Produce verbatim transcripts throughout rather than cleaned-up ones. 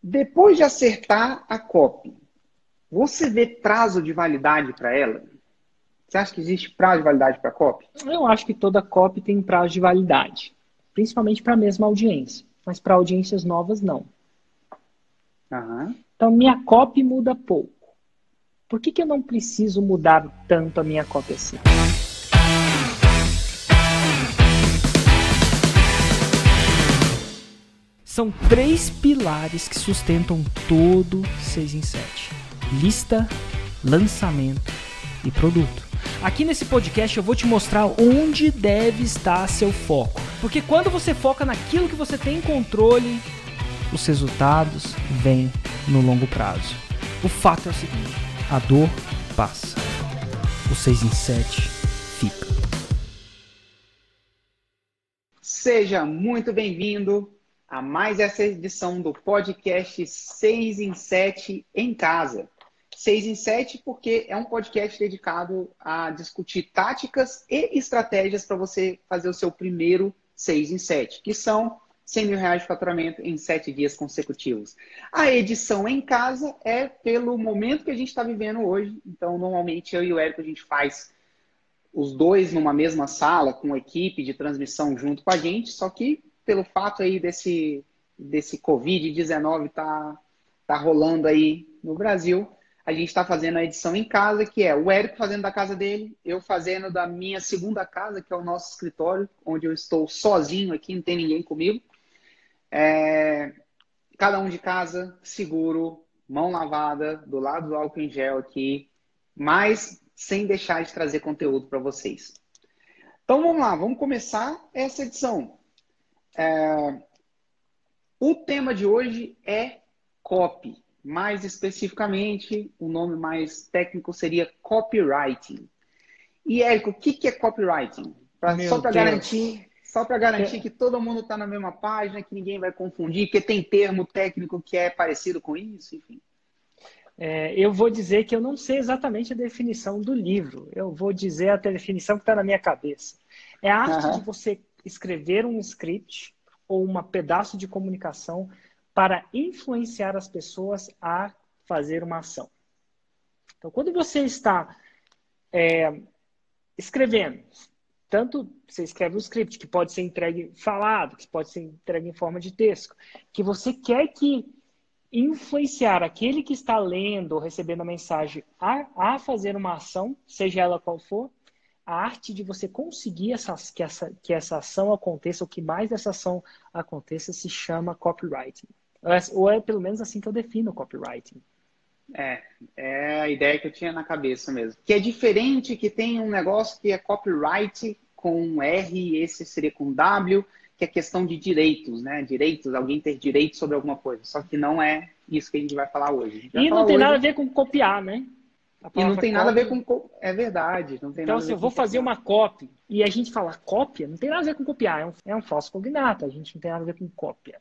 Depois de acertar a copy, você vê prazo de validade para ela? Você acha que existe prazo de validade para a copy? Eu acho que toda copy tem prazo de validade, principalmente para a mesma audiência, mas para audiências novas não. Aham. Então minha copy muda pouco. Por que que eu não preciso mudar tanto a minha copy assim? São três pilares que sustentam todo seis em sete: lista, lançamento e produto. Aqui nesse podcast eu vou te mostrar onde deve estar seu foco. Porque quando você foca naquilo que você tem controle, os resultados vêm no longo prazo. O fato é o seguinte: a dor passa, o seis em sete fica. Seja muito bem-vindo a mais essa edição do podcast seis em sete em casa. seis em sete porque é um podcast dedicado a discutir táticas e estratégias para você fazer o seu primeiro seis em sete, que são cem mil reais de faturamento em sete dias consecutivos. A edição em casa é pelo momento que a gente está vivendo hoje. Então, normalmente, eu e o Érico, a gente faz os dois numa mesma sala, com equipe de transmissão junto com a gente, só que pelo fato aí desse, desse covid dezenove tá, tá rolando aí no Brasil, a gente está fazendo a edição em casa, que é o Érico fazendo da casa dele, eu fazendo da minha segunda casa, que é o nosso escritório, onde eu estou sozinho aqui, não tem ninguém comigo. É, cada um de casa, seguro, mão lavada, do lado do álcool em gel aqui, mas sem deixar de trazer conteúdo para vocês. Então vamos lá, vamos começar essa edição. É, o tema de hoje é copy. Mais especificamente, o nome mais técnico seria copywriting. E, Érico, o que é copywriting? Pra, Meu só para Deus. garantir, só para garantir que todo mundo está na mesma página, que ninguém vai confundir, porque tem termo técnico que é parecido com isso, enfim. É, eu vou dizer que eu não sei exatamente a definição do livro. Eu vou dizer a definição que está na minha cabeça. É a arte de você escrever um script ou um pedaço de comunicação para influenciar as pessoas a fazer uma ação. Então, quando você está é, escrevendo, tanto você escreve um script que pode ser entregue falado, que pode ser entregue em forma de texto, que você quer que influenciar aquele que está lendo ou recebendo a mensagem a, a fazer uma ação, seja ela qual for, a arte de você conseguir essa, que, essa, que essa ação aconteça, ou que mais dessa ação aconteça, se chama copywriting. Ou é pelo menos assim que eu defino copywriting. É, é a ideia que eu tinha na cabeça mesmo. Que é diferente, que tem um negócio que é copyright com R e esse seria com W, que é questão de direitos, né? Direitos, alguém ter direito sobre alguma coisa. Só que não é isso que a gente vai falar hoje. A gente vai E não falar tem nada hoje. a ver com copiar, né? A E não palavra tem nada a ver copy. com... É verdade, não tem Então, nada a assim, ver eu com vou fazer copiar. uma copy e a gente fala cópia, não tem nada a ver com copiar, é um, é um falso cognato, a gente não tem nada a ver com cópia.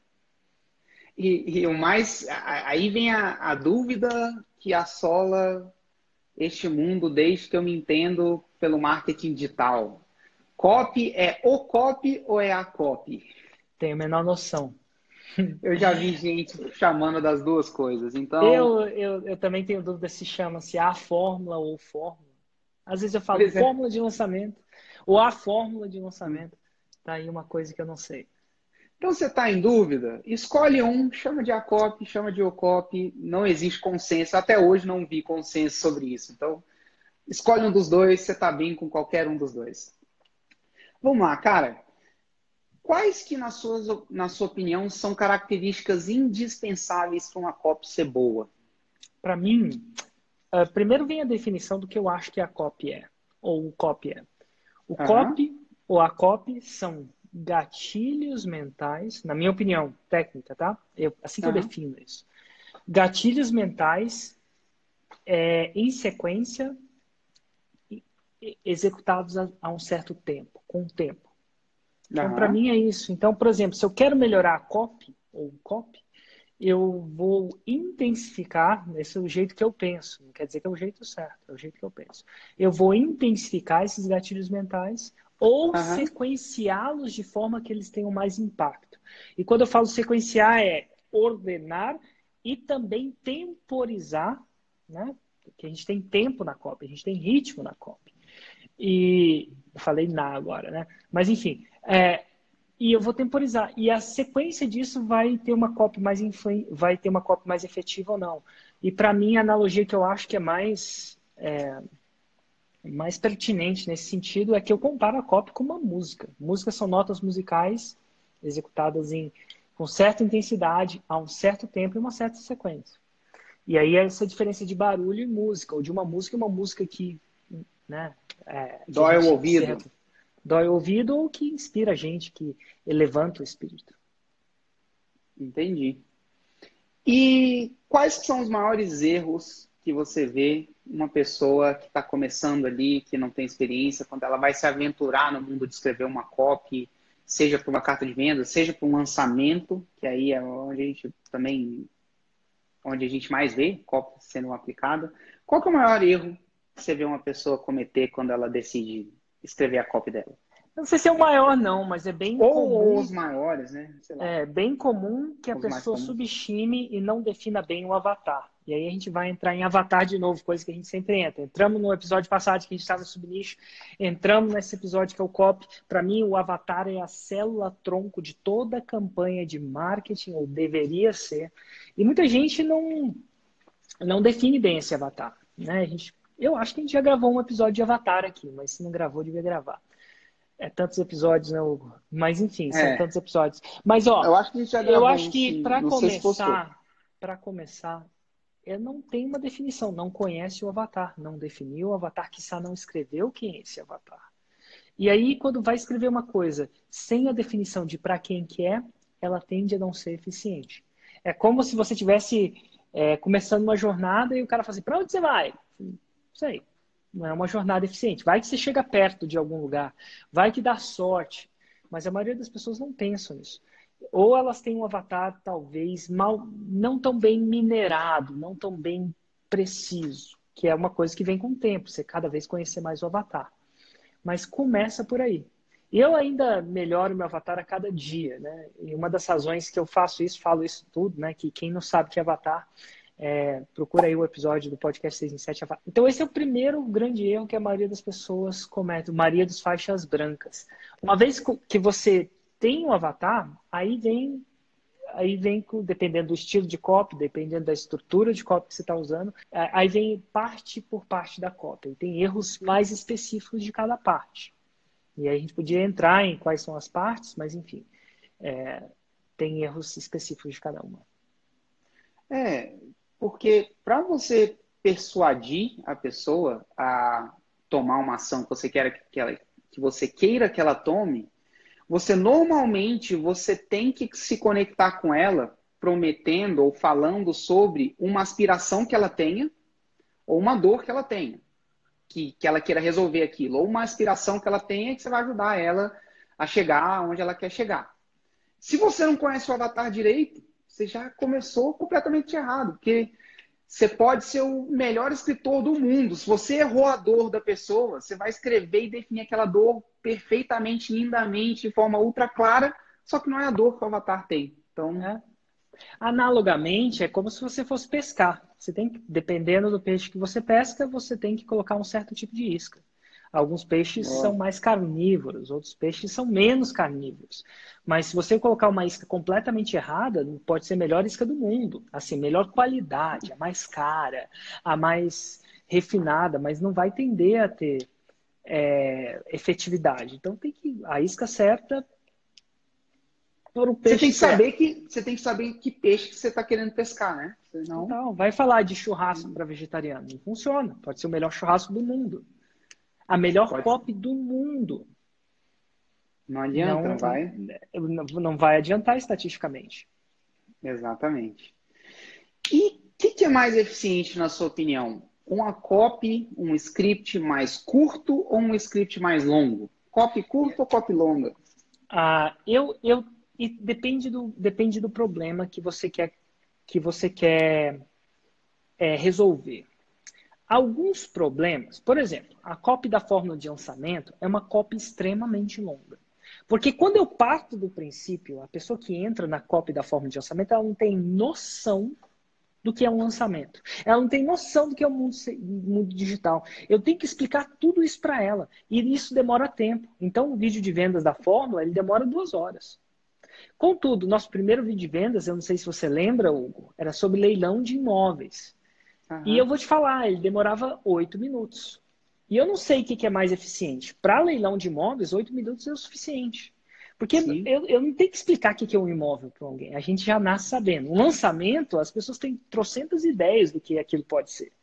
E, e o mais... Aí vem a, a dúvida que assola este mundo desde que eu me entendo pelo marketing digital. Copy é o copy ou é a copy? Tenho a menor noção. Eu já vi gente chamando das duas coisas. Então, Eu, eu, eu também tenho dúvida se chama-se a fórmula ou fórmula. Às vezes eu falo pois é. fórmula de lançamento ou a fórmula de lançamento. Tá aí uma coisa que eu não sei. Então, você está em dúvida? Escolhe um, chama de a copy, chama de o copy. Não existe consenso. Até hoje não vi consenso sobre isso. Então, escolhe um dos dois, você está bem com qualquer um dos dois. Vamos lá, cara. Quais que, na sua, na sua opinião, são características indispensáveis para uma copy ser boa? Para mim, uh, primeiro vem a definição do que eu acho que a copy é, ou o copy é. O Uhum. copy ou a copy são gatilhos mentais, na minha opinião técnica, tá? Eu, assim que Uhum. eu defino isso. Gatilhos mentais é, em sequência executados a, a um certo tempo, com o tempo. Então, para Uhum. mim é isso. Então, por exemplo, se eu quero melhorar a copy, ou copy, eu vou intensificar, esse é o jeito que eu penso, não quer dizer que é o jeito certo, é o jeito que eu penso. Eu vou intensificar esses gatilhos mentais ou Uhum. sequenciá-los de forma que eles tenham mais impacto. E quando eu falo sequenciar, é ordenar e também temporizar, né? Porque a gente tem tempo na copy, a gente tem ritmo na copy. E eu falei na agora, né? Mas enfim, é, e eu vou temporizar. E a sequência disso vai ter uma copy mais influ... vai ter uma copy mais efetiva ou não. E para mim a analogia que eu acho que é mais é, mais pertinente nesse sentido é que eu comparo a copy com uma música. Músicas são notas musicais executadas em com certa intensidade, a um certo tempo e uma certa sequência. E aí essa diferença de barulho e música, ou de uma música e uma música que, né, é, que Dói o gente, ouvido. certo, dói o ouvido ou que inspira a gente, que levanta o espírito. Entendi. E quais são os maiores erros que você vê uma pessoa que está começando ali, que não tem experiência, quando ela vai se aventurar no mundo de escrever uma copy, seja para uma carta de venda, seja para um lançamento, que aí é onde a gente também, onde a gente mais vê copy sendo aplicada. Qual que é o maior erro que você vê uma pessoa cometer quando ela decide escrever a copy dela? Não sei se é o maior não, mas é bem Ou, ou comum, os maiores, né? Sei lá, é bem comum que a os mais pessoa comuns. subestime e não defina bem o avatar. E aí a gente vai entrar em avatar de novo, coisa que a gente sempre entra. Entramos no episódio passado que a gente estava no subnicho, entramos nesse episódio que é o copy. Para mim, o avatar é a célula-tronco de toda a campanha de marketing, ou deveria ser. E muita gente não, não define bem esse avatar, né? A gente, eu acho que a gente já gravou um episódio de avatar aqui, mas se não gravou, devia gravar. É tantos episódios, né, Hugo? Mas enfim, são É, tantos episódios. Mas ó, eu acho que a gente já eu gravou acho um, que sim. para Não sei se postou. começar, para começar, eu não tenho uma definição, não conhece o avatar, não definiu o avatar, quiçá não escreveu quem é esse avatar. E aí, quando vai escrever uma coisa sem a definição de para quem que é, ela tende a não ser eficiente. É como se você tivesse é, começando uma jornada e o cara fala assim, para onde você vai? Não sei. Não é uma jornada eficiente. Vai que você chega perto de algum lugar. Vai que dá sorte. Mas a maioria das pessoas não pensam nisso. Ou elas têm um avatar talvez mal, não tão bem minerado, não tão bem preciso, que é uma coisa que vem com o tempo, você cada vez conhecer mais o avatar. Mas começa por aí. E eu ainda melhoro meu avatar a cada dia, né? E uma das razões que eu faço isso, falo isso tudo, né? Que quem não sabe que é avatar, é, procura aí o episódio do podcast seis em sete. Então esse é o primeiro grande erro que a maioria das pessoas comete, a maioria dos faixas brancas. Uma vez que você tem um avatar, aí vem, aí vem dependendo do estilo de copy, dependendo da estrutura de copy que você está usando, aí vem parte por parte da copy. E tem erros mais específicos de cada parte. E aí a gente podia entrar em quais são as partes, mas enfim, é, tem erros específicos de cada uma. É, porque para você persuadir a pessoa a tomar uma ação que você queira que ela, que você queira que ela tome, você normalmente você tem que se conectar com ela prometendo ou falando sobre uma aspiração que ela tenha ou uma dor que ela tenha, que, que ela queira resolver aquilo, ou uma aspiração que ela tenha que você vai ajudar ela a chegar onde ela quer chegar. Se você não conhece o avatar direito, você já começou completamente errado, porque você pode ser o melhor escritor do mundo. Se você errou a dor da pessoa, você vai escrever e definir aquela dor perfeitamente, lindamente, de forma ultra clara, só que não é a dor que o avatar tem. Então, É. Analogamente, é como se você fosse pescar. Você tem que, dependendo do peixe que você pesca, você tem que colocar um certo tipo de isca. Alguns peixes ó, são mais carnívoros, outros peixes são menos carnívoros. Mas se você colocar uma isca completamente errada, pode ser a melhor isca do mundo. Assim, melhor qualidade, a mais cara, a mais refinada, mas não vai tender a ter é, efetividade. Então tem que a isca certa para o você tem peixe que saber certo. que você tem que saber que peixe que você está querendo pescar, né? Senão, Então, vai falar de churrasco para vegetariano. Não funciona. Pode ser o melhor churrasco do mundo. A melhor pode, copy do mundo. não adianta, Não, não vai? não vai adiantar estatisticamente. Exatamente. E o que, que é mais eficiente, na sua opinião? Uma copy, um script mais curto ou um script mais longo? Copy curto ou copy longa? Ah, eu, eu, e depende do, depende do problema que você quer, que você quer é, resolver. Alguns problemas, por exemplo, a copy da fórmula de lançamento é uma copy extremamente longa. Porque quando eu parto do princípio, a pessoa que entra na copy da fórmula de lançamento, ela não tem noção do que é um lançamento. Ela não tem noção do que é o mundo, mundo digital. Eu tenho que explicar tudo isso para ela. E isso demora tempo. Então, o vídeo de vendas da Fórmula, ele demora duas horas. Contudo, nosso primeiro vídeo de vendas, eu não sei se você lembra, Hugo, era sobre leilão de imóveis. Uhum. E eu vou te falar, ele demorava oito minutos. E eu não sei o que é mais eficiente. Para leilão de imóveis, oito minutos é o suficiente. Porque eu, eu não tenho que explicar o que é um imóvel para alguém. A gente já nasce sabendo. Um lançamento, as pessoas têm trocentas ideias do que aquilo pode ser.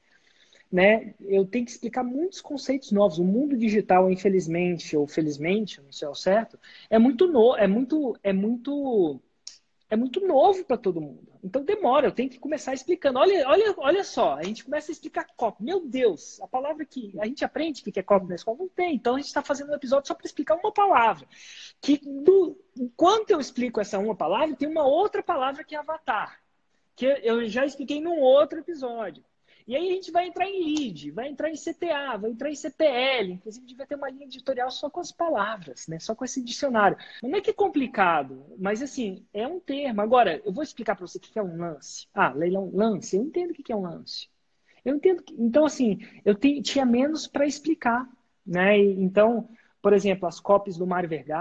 Né? Eu tenho que explicar muitos conceitos novos. O mundo digital, infelizmente, ou felizmente, não sei ao certo, é muito novo, é muito, é muito, é muito novo para todo mundo. Então demora, eu tenho que começar explicando. Olha, olha, olha só, a gente começa a explicar copy. Meu Deus, a palavra que a gente aprende o que é copy na escola não tem. Então a gente está fazendo um episódio só para explicar uma palavra. Que do, enquanto eu explico essa uma palavra, tem uma outra palavra que é avatar, que eu já expliquei num outro episódio. E aí a gente vai entrar em lead, vai entrar em C T A, vai entrar em C P L, inclusive devia ter uma linha editorial só com as palavras, né? Só com esse dicionário. Não é que é complicado, mas assim, é um termo. Agora, eu vou explicar para você o que é um lance. Ah, leilão, lance, eu entendo o que é um lance. Eu entendo que... Então, assim, eu tinha menos para explicar, né? Então, por exemplo, as copies do Mário Vergara,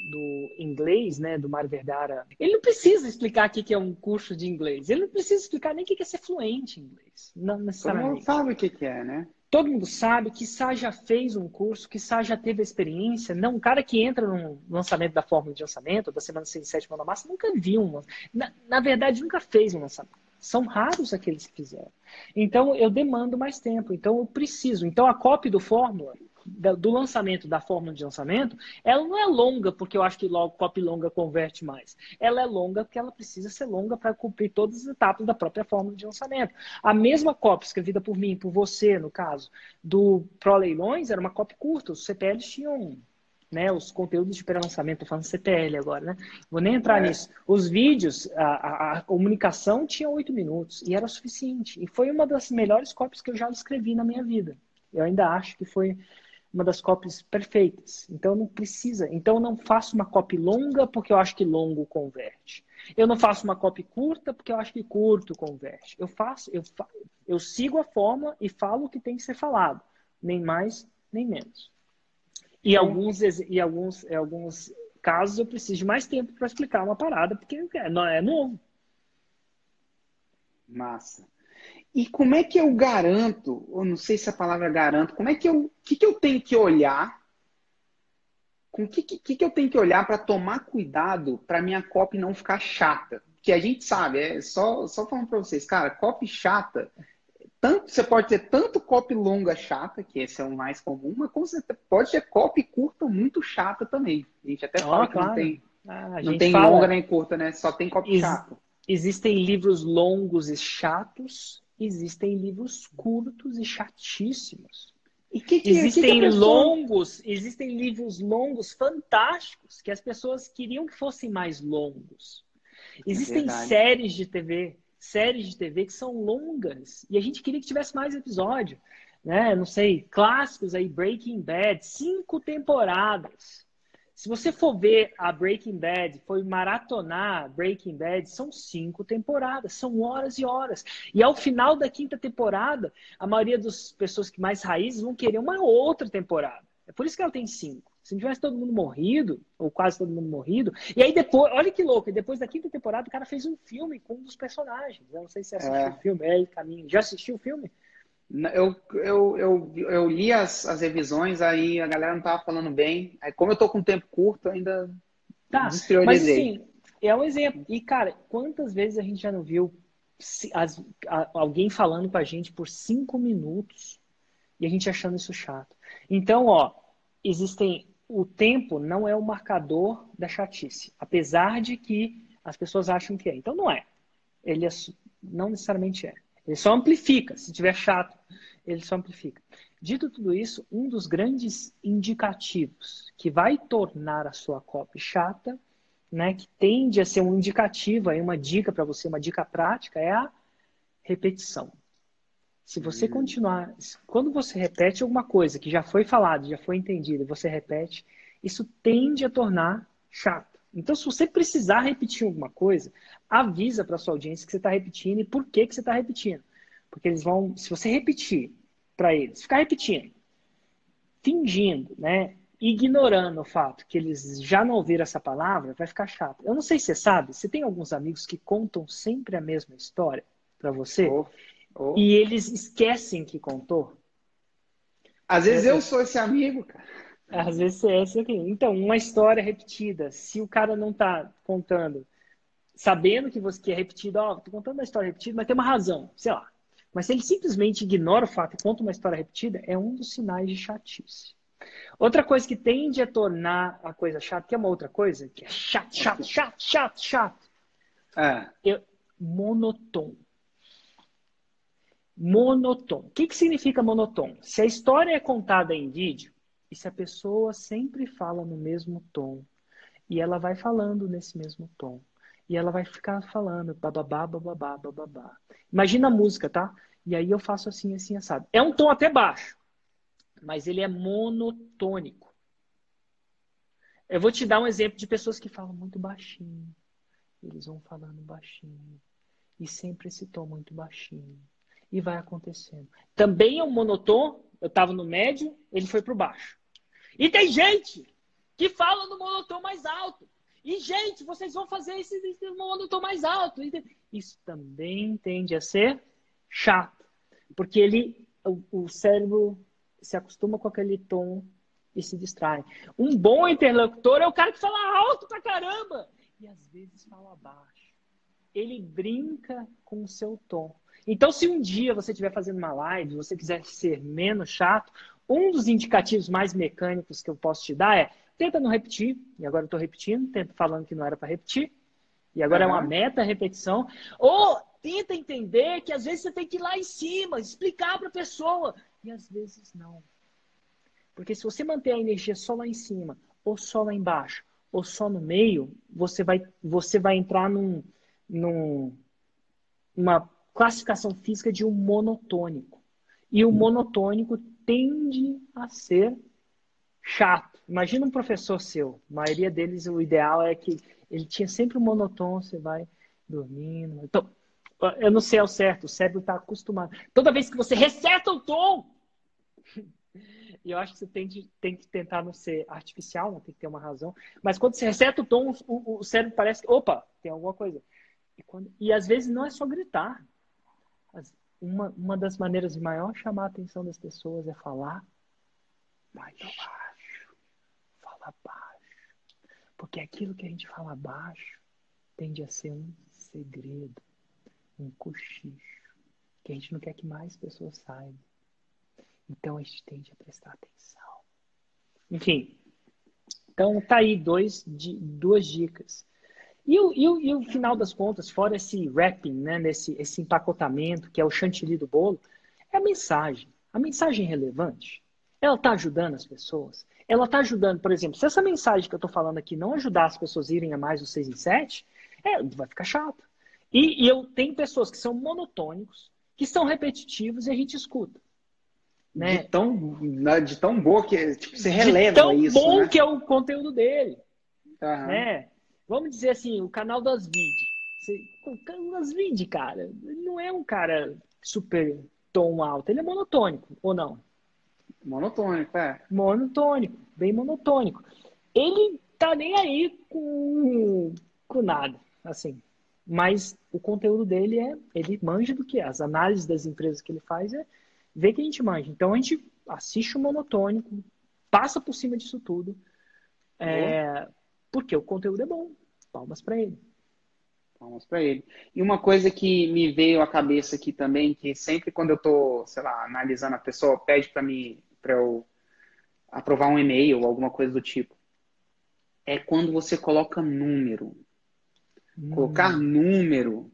do inglês, né, do Mário Vergara, ele não precisa explicar o que é um curso de inglês. Ele não precisa explicar nem o que é ser fluente em inglês. Não necessariamente. Todo mundo sabe o que é, né? Todo mundo sabe que Sá já fez um curso, que Sá já teve experiência. Não, um cara que entra no lançamento da fórmula de lançamento, da semana seis e sete da massa, nunca viu um. Na, na verdade, nunca fez um lançamento. São raros aqueles que fizeram. Então, eu demando mais tempo. Então, eu preciso. Então, a copy do fórmula, do lançamento, da fórmula de lançamento, ela não é longa porque eu acho que logo copy longa converte mais. Ela é longa porque ela precisa ser longa para cumprir todas as etapas da própria fórmula de lançamento. A mesma copy escrevida por mim, por você, no caso, do Pro Leilões, era uma copy curta. Os C P Ls tinham, né, os conteúdos de pré-lançamento, estou falando C P L agora, né? Vou nem entrar é. nisso. Os vídeos, a, a, a comunicação tinha oito minutos e era o suficiente. E foi uma das melhores copies que eu já escrevi na minha vida. Eu ainda acho que foi uma das copies perfeitas. Então não precisa. Então eu não faço uma copy longa porque eu acho que longo converte. Eu não faço uma copy curta porque eu acho que curto converte. Eu faço, eu, fa eu sigo a fórmula e falo o que tem que ser falado, nem mais nem menos. E então, alguns e alguns em alguns casos eu preciso de mais tempo para explicar uma parada porque não é novo. Massa. E como é que eu garanto, ou não sei se a palavra garanto, como é que eu, o que, que eu tenho que olhar, com o que, que, que eu tenho que olhar para tomar cuidado para minha copy não ficar chata? Porque a gente sabe, é só, só falando para vocês, cara, copy chata, tanto, você pode ter tanto copy longa chata, que esse é o mais comum, mas como você pode ter copy curta muito chata também. A gente até fala oh, que claro. não tem, ah, não tem fala... longa nem curta, né? Só tem copy Ex chata. Existem livros longos e chatos, existem livros curtos e chatíssimos. E que que, existem que que pessoa... longos, existem livros longos fantásticos que as pessoas queriam que fossem mais longos. Existem é séries de T V, séries de T V que são longas e a gente queria que tivesse mais episódio, né? Não sei, clássicos aí, Breaking Bad, cinco temporadas. Se você for ver a Breaking Bad, foi maratonar Breaking Bad, são cinco temporadas, são horas e horas. E ao final da quinta temporada, a maioria das pessoas que mais raízes vão querer uma outra temporada. É por isso que ela tem cinco. Se não tivesse todo mundo morrido, ou quase todo mundo morrido, e aí depois, olha que louco, depois da quinta temporada o cara fez um filme com um dos personagens. Eu não sei se você assistiu é. o filme, é Caminho. Já assistiu o filme? Eu, eu, eu, eu li as, as revisões, aí a galera não tava falando bem. Aí, como eu tô com tempo curto, ainda tá, despriorizei. Mas, assim, é um exemplo. E, cara, quantas vezes a gente já não viu as, a, alguém falando com a gente por cinco minutos e a gente achando isso chato? Então, ó, existem... O tempo não é o marcador da chatice, apesar de que as pessoas acham que é. Então, não é. Ele é, não necessariamente é. Ele só amplifica. Se tiver chato, ele só amplifica. Dito tudo isso, um dos grandes indicativos que vai tornar a sua copy chata, né, que tende a ser um indicativo, aí uma dica para você, uma dica prática, é a repetição. Se você hum. continuar... Quando você repete alguma coisa que já foi falado, já foi entendido, você repete, isso tende a tornar chato. Então, se você precisar repetir alguma coisa, avisa para sua audiência que você está repetindo e por que, que você está repetindo. Porque eles vão, se você repetir para eles, ficar repetindo, fingindo, né? Ignorando o fato que eles já não ouviram essa palavra, vai ficar chato. Eu não sei se você sabe, você tem alguns amigos que contam sempre a mesma história para você Oh, oh. e eles esquecem que contou? Às vezes eu, eu sou esse amigo, cara. Às vezes é esse aqui. Então, uma história repetida, se o cara não tá contando, sabendo que você que é repetido, ó, oh, tô contando uma história repetida, mas tem uma razão, sei lá. Mas se ele simplesmente ignora o fato e conta uma história repetida, é um dos sinais de chatice. Outra coisa que tende a tornar a coisa chata, que é uma outra coisa, que é chato, chato, chato, chato, chato. É. É monotom. Monotom. O que, que significa monotom? Se a história é contada em vídeo, e se a pessoa sempre fala no mesmo tom, e ela vai falando nesse mesmo tom, e ela vai ficar falando bababá, bababá, bababá. Imagina a música, tá? E aí eu faço assim, assim, assado. É um tom até baixo, mas ele é monotônico. Eu vou te dar um exemplo de pessoas que falam muito baixinho. Eles vão falando baixinho. E sempre esse tom muito baixinho. E vai acontecendo. Também é um monotom. Eu estava no médio, ele foi para o baixo. E tem gente que fala no monotom mais alto. E, gente, vocês vão fazer esse, esse monotom mais alto. Isso também tende a ser chato. Porque ele, o, o cérebro se acostuma com aquele tom e se distrai. Um bom interlocutor é o cara que fala alto pra caramba. E às vezes fala baixo. Ele brinca com o seu tom. Então, se um dia você estiver fazendo uma live, você quiser ser menos chato, um dos indicativos mais mecânicos que eu posso te dar é tenta não repetir, e agora eu estou repetindo, tenta falando que não era para repetir, e agora uhum. é uma meta-repetição, ou tenta entender que às vezes você tem que ir lá em cima, explicar para a pessoa, e às vezes não. Porque se você manter a energia só lá em cima, ou só lá embaixo, ou só no meio, você vai, você vai entrar num, num, numa classificação física de um monotônico. E o monotônico tende a ser chato. Imagina um professor seu. A maioria deles, o ideal é que ele tinha sempre um monotom, você vai dormindo. Então, eu não sei ao certo, o cérebro está acostumado. Toda vez que você reseta o tom, e eu acho que você tem, de, tem que tentar não ser artificial, não tem que ter uma razão, mas quando você reseta o tom, o, o cérebro parece que, opa, tem alguma coisa. E, quando, e às vezes não é só gritar. Uma, uma das maneiras de maior chamar a atenção das pessoas é falar mais baixo. Fala baixo. Porque aquilo que a gente fala baixo tende a ser um segredo, um cochicho, que a gente não quer que mais pessoas saibam. Então a gente tende a prestar atenção. Enfim, então tá aí dois, duas dicas. E o, e, o, e o final das contas, fora esse wrapping, né, nesse, esse empacotamento, que é o chantilly do bolo, é a mensagem. A mensagem é relevante. Ela está ajudando as pessoas. Ela está ajudando, por exemplo, se essa mensagem que eu estou falando aqui não ajudar as pessoas a irem a mais os seis em sete, é, vai ficar chato. E, e eu tenho pessoas que são monotônicos, que são repetitivos e a gente escuta. Né? De, tão, de tão boa que tipo, você releva de tão isso. Bom né? que é o conteúdo dele. Uhum. Né? Vamos dizer assim, o canal das vídeos. O canal das vídeos, cara, não é um cara super tom alto, ele é monotônico, ou não? Monotônico, é. Monotônico, bem monotônico. Ele tá nem aí com, com nada, assim. Mas o conteúdo dele é, ele manja do que é. As análises das empresas que ele faz é ver que a gente manja. Então a gente assiste o monotônico, passa por cima disso tudo, é, porque o conteúdo é bom. Palmas para ele. Palmas para ele. E uma coisa que me veio à cabeça aqui também, que sempre quando eu tô, sei lá, analisando a pessoa, pede para mim, para eu aprovar um e-mail ou alguma coisa do tipo, é quando você coloca número. Hum. Colocar número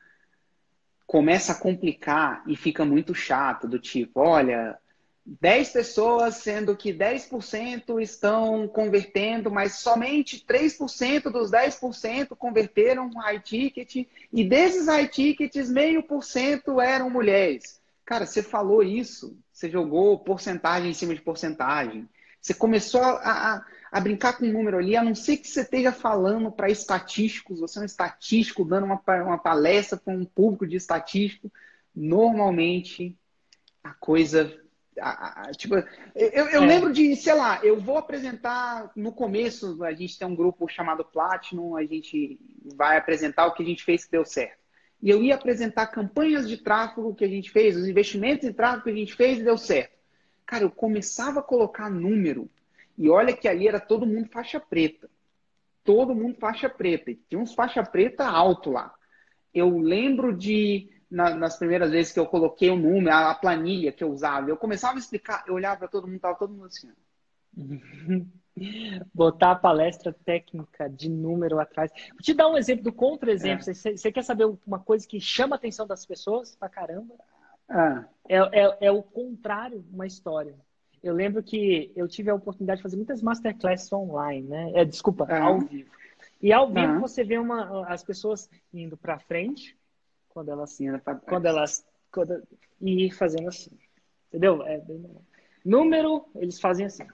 começa a complicar e fica muito chato, do tipo, olha, dez pessoas, sendo que dez por cento estão convertendo, mas somente três por cento dos dez por cento converteram um high ticket, e desses high tickets, meio por cento eram mulheres. Cara, você falou isso, você jogou porcentagem em cima de porcentagem. Você começou a, a, a brincar com o número ali, a não ser que você esteja falando para estatísticos, você é um estatístico dando uma, uma palestra para um público de estatístico, normalmente a coisa... A, a, tipo, eu, eu É, lembro de, sei lá, eu vou apresentar no começo, a gente tem um grupo chamado Platinum, a gente vai apresentar o que a gente fez que deu certo. E eu ia apresentar campanhas de tráfego que a gente fez, os investimentos em tráfego que a gente fez e deu certo. Cara, eu começava a colocar número, e olha que ali era todo mundo faixa preta. Todo mundo faixa preta. E tinha uns faixa preta alto lá. Eu lembro de, na, nas primeiras vezes que eu coloquei o número, a, a planilha que eu usava, eu começava a explicar, eu olhava para todo mundo, estava todo mundo assim. botar a palestra técnica de número atrás. Vou te dar um exemplo do contra-exemplo. É. Você, você quer saber uma coisa que chama a atenção das pessoas pra caramba? Ah, É, é, é o contrário, uma história. Eu lembro que eu tive a oportunidade de fazer muitas masterclasses online, né? É, desculpa, ao ah, vivo. E ao vivo ah. você vê uma, as pessoas indo para frente, quando elas, Sim, era pra quando trás. elas, quando, e fazendo assim, entendeu? É bem legal. Número, eles fazem assim,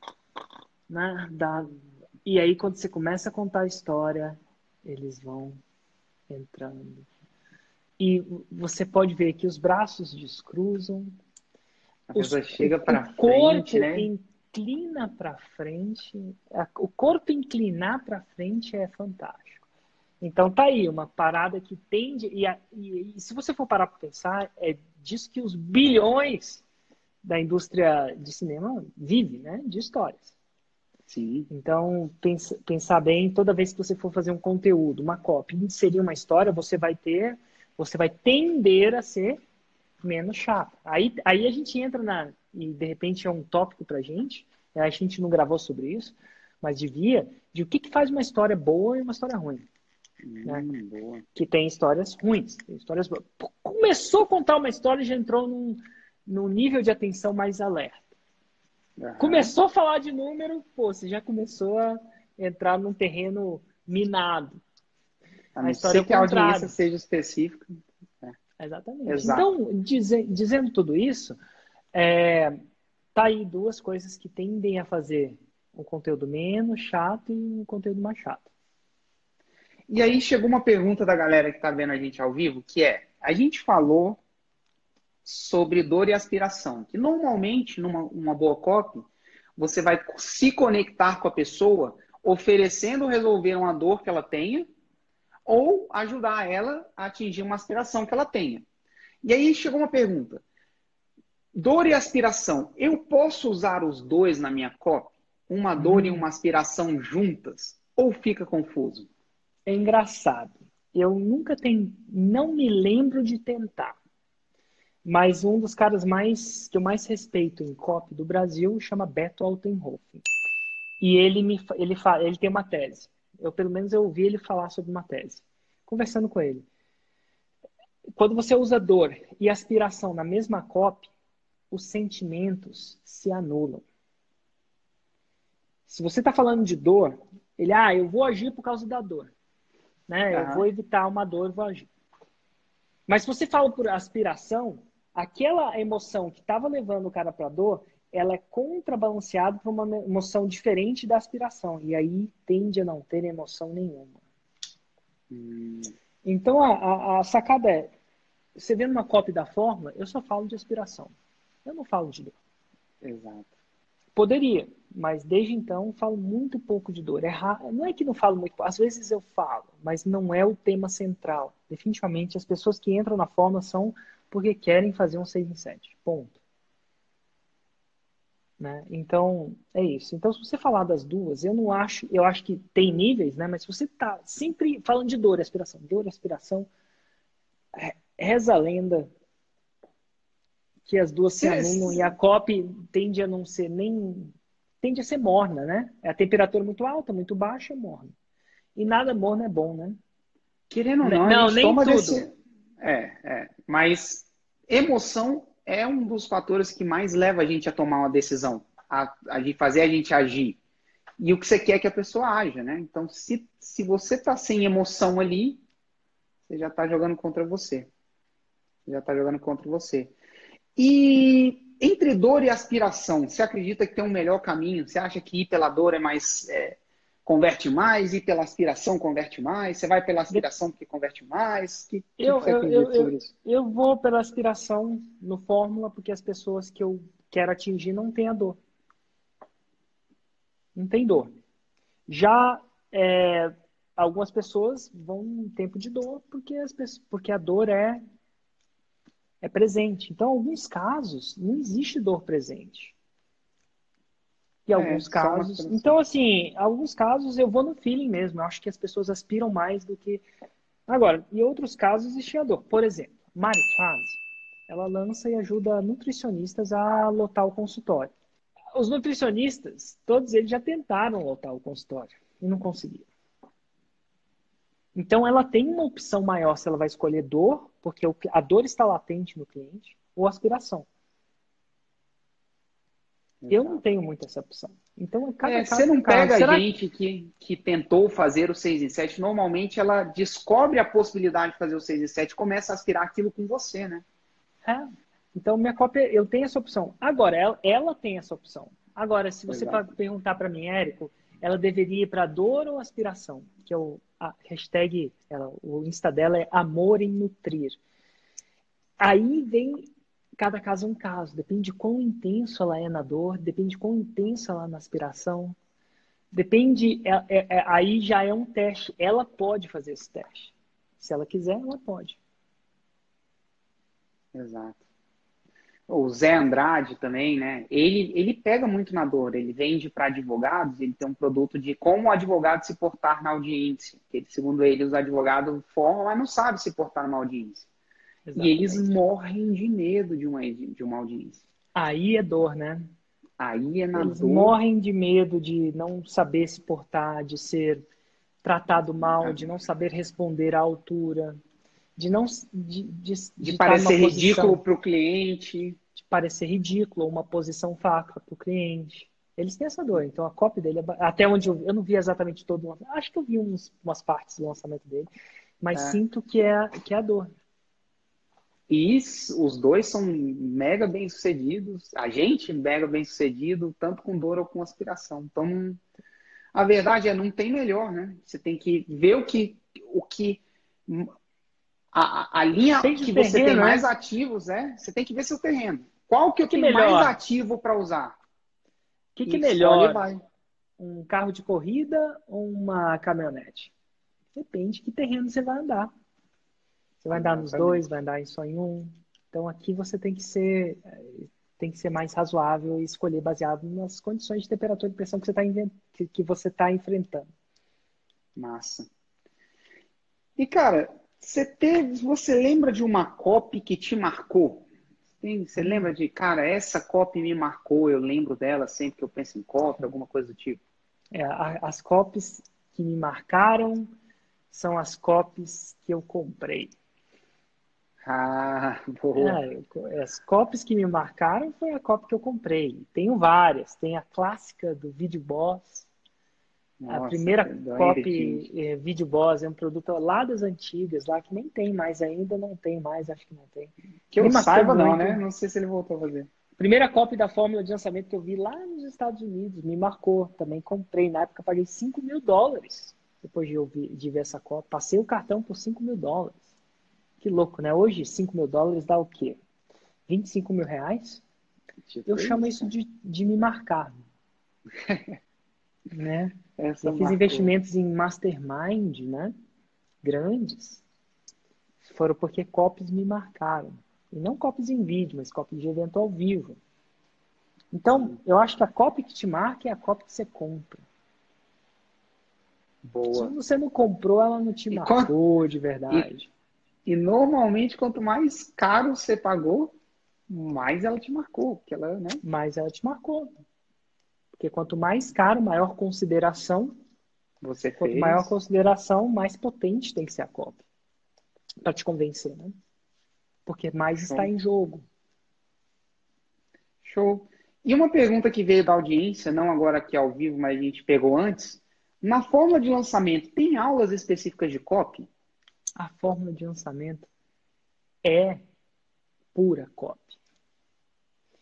né? Da, e aí quando você começa a contar a história, eles vão entrando. E você pode ver que os braços descruzam, A os, pessoa o, chega o para frente, corpo né? inclina para frente. A, o corpo inclinar para frente é fantástico. Então tá aí, uma parada que tende. E, a, e, e se você for parar para pensar, é disso que os bilhões da indústria de cinema vive, né? De histórias. Sim. Então, pensa, pensar bem, toda vez que você for fazer um conteúdo, uma cópia, inserir uma história, você vai ter, você vai tender a ser menos chato. Aí, aí a gente entra na. E de repente é um tópico pra gente, a gente não gravou sobre isso, mas devia, de o que, que faz uma história boa e uma história ruim. Né? Hum, boa. Que tem histórias ruins, tem histórias boas. Começou a contar uma história e já entrou num, num nível de atenção mais alerta. Aham. Começou a falar de número, pô, você já começou a entrar num terreno minado. A A não história é ser o que a audiência contrário. seja específica. É, Exatamente. exato. Então, dize, dizendo tudo isso, é, tá aí duas coisas que tendem a fazer um conteúdo menos chato e um conteúdo mais chato. E aí chegou uma pergunta da galera que está vendo a gente ao vivo, que é, a gente falou sobre dor e aspiração, que normalmente, numa uma boa copy, você vai se conectar com a pessoa, oferecendo resolver uma dor que ela tenha, ou ajudar ela a atingir uma aspiração que ela tenha. E aí chegou uma pergunta, dor e aspiração, eu posso usar os dois na minha copy? Uma dor e Hum, uma aspiração juntas? Ou fica confuso? é engraçado. Eu nunca tenho, não me lembro de tentar. Mas um dos caras mais que eu mais respeito em copy do Brasil chama Beto Altenhofen. E ele me ele fa, ele tem uma tese. Eu pelo menos eu ouvi ele falar sobre uma tese. Conversando com ele. Quando você usa dor e aspiração na mesma copy, os sentimentos se anulam. Se você está falando de dor, ele, ah, eu vou agir por causa da dor. Né? Eu vou Aham. evitar uma dor, vou agir. Mas se você fala por aspiração, aquela emoção que estava levando o cara para a dor, ela é contrabalanceada por uma emoção diferente da aspiração. E aí tende a não ter emoção nenhuma. Hum, Então a, a, a sacada é, você vendo uma cópia da fórmula, eu só falo de aspiração. Eu não falo de dor. exato. Poderia, mas desde então falo muito pouco de dor. É raro, não é que não falo muito, às vezes eu falo, mas não é o tema central. Definitivamente as pessoas que entram na forma são porque querem fazer um seis em sete. Ponto. Né? Então, é isso. Então, se você falar das duas, eu não acho, eu acho que tem níveis, né? Mas se você está sempre falando de dor e aspiração, dor e aspiração, reza a lenda que as duas se Cê- anulam e a copy tende a não ser nem tende a ser morna, né? É a temperatura muito alta, muito baixa, é morna. E nada morno é bom, né? Querendo ou Ne- não, a Não, gente nem toma tudo. desse. É, é. Mas emoção é um dos fatores que mais leva a gente a tomar uma decisão, a, a de fazer a gente agir. E o que você quer é que a pessoa haja, né? Então, se, se você tá sem emoção ali, você já tá jogando contra você. Já tá jogando contra você. E entre dor e aspiração, você acredita que tem um melhor caminho? Você acha que ir pela dor é mais, é, converte mais, ir pela aspiração converte mais? Você vai pela aspiração porque converte mais? O que, que, que Eu, você eu, eu, acredita sobre eu, isso? eu vou pela aspiração no Fórmula, porque as pessoas que eu quero atingir não têm a dor. Não tem dor. Já é, algumas pessoas vão em tempo de dor porque, as pessoas, porque a dor é, é presente. Então, em alguns casos, não existe dor presente. E É, alguns só uma casos. aspiração. Então, assim, alguns casos eu vou no feeling mesmo. Eu acho que as pessoas aspiram mais do que. Agora, em outros casos existe a dor. Por exemplo, Mari Class, ela lança e ajuda nutricionistas a lotar o consultório. Os nutricionistas, todos eles já tentaram lotar o consultório e não conseguiram. Então, ela tem uma opção maior se ela vai escolher dor, porque a dor está latente no cliente, ou aspiração. Eu não Exato. tenho muito essa opção. Então, é cada É, você caso é um não caso. pega a Será que gente que, que tentou fazer o seis em sete, normalmente ela descobre a possibilidade de fazer o seis em sete e começa a aspirar aquilo com você, né? é? Então, minha cópia, eu tenho essa opção. Agora, ela, ela tem essa opção. Agora, se você Exato. perguntar para mim, Érico, ela deveria ir para dor ou aspiração? Que é o a hashtag, ela, o Insta dela é amor em nutrir. Aí vem cada caso é um caso. Depende de quão intenso ela é na dor, depende de quão intenso ela é na aspiração. Depende, é, é, é, aí já é um teste. Ela pode fazer esse teste. Se ela quiser, ela pode. Exato. O Zé Andrade também, né? Ele, ele pega muito na dor. Ele vende para advogados. Ele tem um produto de como o advogado se portar na audiência. Que, segundo ele, os advogados formam, mas não sabem se portar numa audiência. E eles Exatamente. morrem de medo de uma, de uma audiência. Aí é dor, né? Aí é na Eles dor. morrem de medo de não saber se portar, de ser tratado mal, de não saber responder à altura, de não de, de, De de estar numa parecer ridículo posição para o cliente. de parecer ridículo, ou uma posição fraca para o cliente. Eles têm essa dor. Então a copy dele, é, até onde eu, eu não vi exatamente todo o lançamento, acho que eu vi uns, umas partes do lançamento dele, mas É. sinto que é, que é a dor. E os dois são mega bem-sucedidos. A gente mega bem-sucedido, tanto com dor ou com aspiração. Então, a verdade é, não tem melhor, né? Você tem que ver o que, o que a, a linha Depende do que você tem terreno, mais né? ativos, é, você tem que ver seu terreno. Qual O que que, eu que é tenho mais melhor? ativo para usar? O que, que E é escolhe e melhor? vai. Um carro de corrida ou uma caminhonete? Depende de que terreno você vai andar. Você vai andar nos dois, vai Exatamente. andar só em um. Então aqui você tem que ser tem que ser mais razoável e escolher baseado nas condições de temperatura e pressão que você está que, que você tá enfrentando. Massa. E, cara, você teve, você lembra de uma copy que te marcou? Tem, você lembra Hum. de, cara, essa copy me marcou, eu lembro dela sempre que eu penso em copy, alguma coisa do tipo? É, a, as copies que me marcaram são as copies que eu comprei. Ah, boa. É, eu- as copies que me marcaram foi a copy que eu comprei. Tenho várias. Tem a clássica do Video Boss. A Nossa, primeira do Henry copy Tind. eh, Video Boss é um produto lá das antigas, lá que nem tem mais ainda, não tem mais, acho que não tem. Que Me eu marcou saiba, não, né? muito. Não sei se ele voltou a fazer. Primeira copy da fórmula de lançamento que eu vi lá nos Estados Unidos, me marcou. Também comprei. Na época paguei cinco mil dólares depois de, ouvir, de ver essa copy. Passei o cartão por cinco mil dólares. Que louco, né? Hoje, cinco mil dólares dá o quê? vinte e cinco mil reais? Eu Tipo chamo isso, isso né? de, de me marcar, né? Essa Eu fiz marcou. investimentos em mastermind, né? Grandes. Foram porque copies me marcaram. E não copies em vídeo, mas copies de evento ao vivo. Então, Sim. eu acho que a copy que te marca é a copy que você compra. Se Boa. você não comprou, ela não te E, quan- marcou de e, verdade. e normalmente, quanto mais caro você pagou, mais ela te marcou. Porque ela, né? Mas ela te marcou. Porque quanto mais caro, maior consideração. Você Quanto maior fez. consideração, mais potente tem que ser a copy. Para te convencer, né? Porque mais está Show. em jogo. Show. E uma pergunta que veio da audiência, não agora aqui ao vivo, mas a gente pegou antes. Na forma de lançamento, tem aulas específicas de copy? A fórmula de lançamento é pura copy.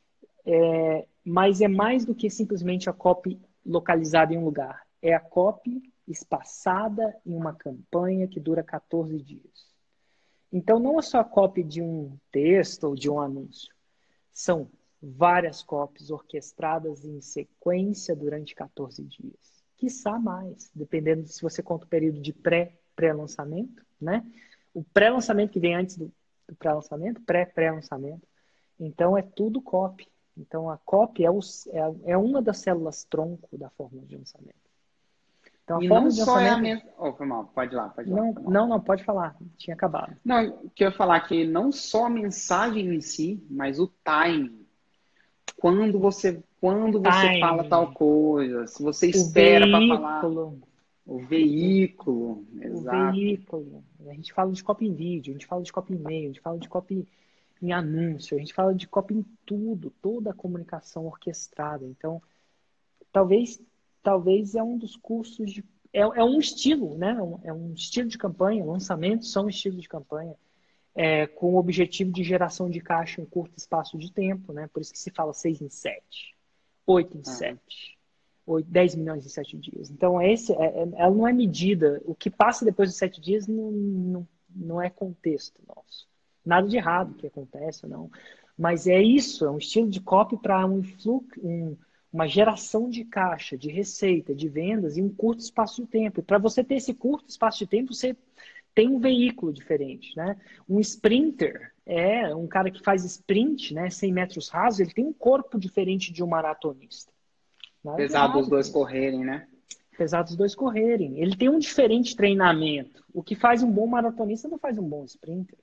É, mas é mais do que simplesmente a copy localizada em um lugar. É a copy espaçada em uma campanha que dura quatorze dias. Então, não é só a copy de um texto ou de um anúncio. São várias copies orquestradas em sequência durante quatorze dias. Quiçá mais, dependendo de se você conta o período de pré, pré-lançamento, né? O pré-lançamento que vem antes do, do pré-lançamento, pré-pré-lançamento. Então, é tudo copy. Então, a copy é, o, é, é uma das células-tronco da fórmula de lançamento. Então, a E não fórmula de só é a lançamento... mensagem. Oh, foi mal, pode ir lá, pode ir lá. Não, Foi mal. não, não, pode falar. Tinha acabado. Não, que eu ia falar que não só a mensagem em si, mas o timing. Quando você, quando você fala tal Timing, coisa, se você o espera para falar veículo, o o, veículo, o exato. veículo. A gente fala de copy em vídeo, a gente fala de copy em e-mail, a gente fala de copy em anúncio, a gente fala de copy em tudo, toda a comunicação orquestrada. Então, talvez, talvez é um dos cursos de... É, é um estilo, né? É um estilo de campanha, lançamentos são estilos de campanha. É, com o objetivo de geração de caixa em curto espaço de tempo, né? Por isso que se fala seis em sete, oito em Aham. sete, dez milhões em sete dias. Então, esse, é, é, ela não é medida. O que passa depois dos sete dias não, não, não é contexto nosso. Nada de errado que acontece, não. Mas é isso, é um estilo de copy para um fluxo, um, uma geração de caixa, de receita, de vendas em um curto espaço de tempo. Para você ter esse curto espaço de tempo, você tem um veículo diferente, né? Um sprinter é um cara que faz sprint, né? cem metros rasos, ele tem um corpo diferente de um maratonista. Nada de Apesar dos errado dois com isso. correrem, né? Apesar dos dois correrem. Ele tem um diferente treinamento. O que faz um bom maratonista não faz um bom sprinter.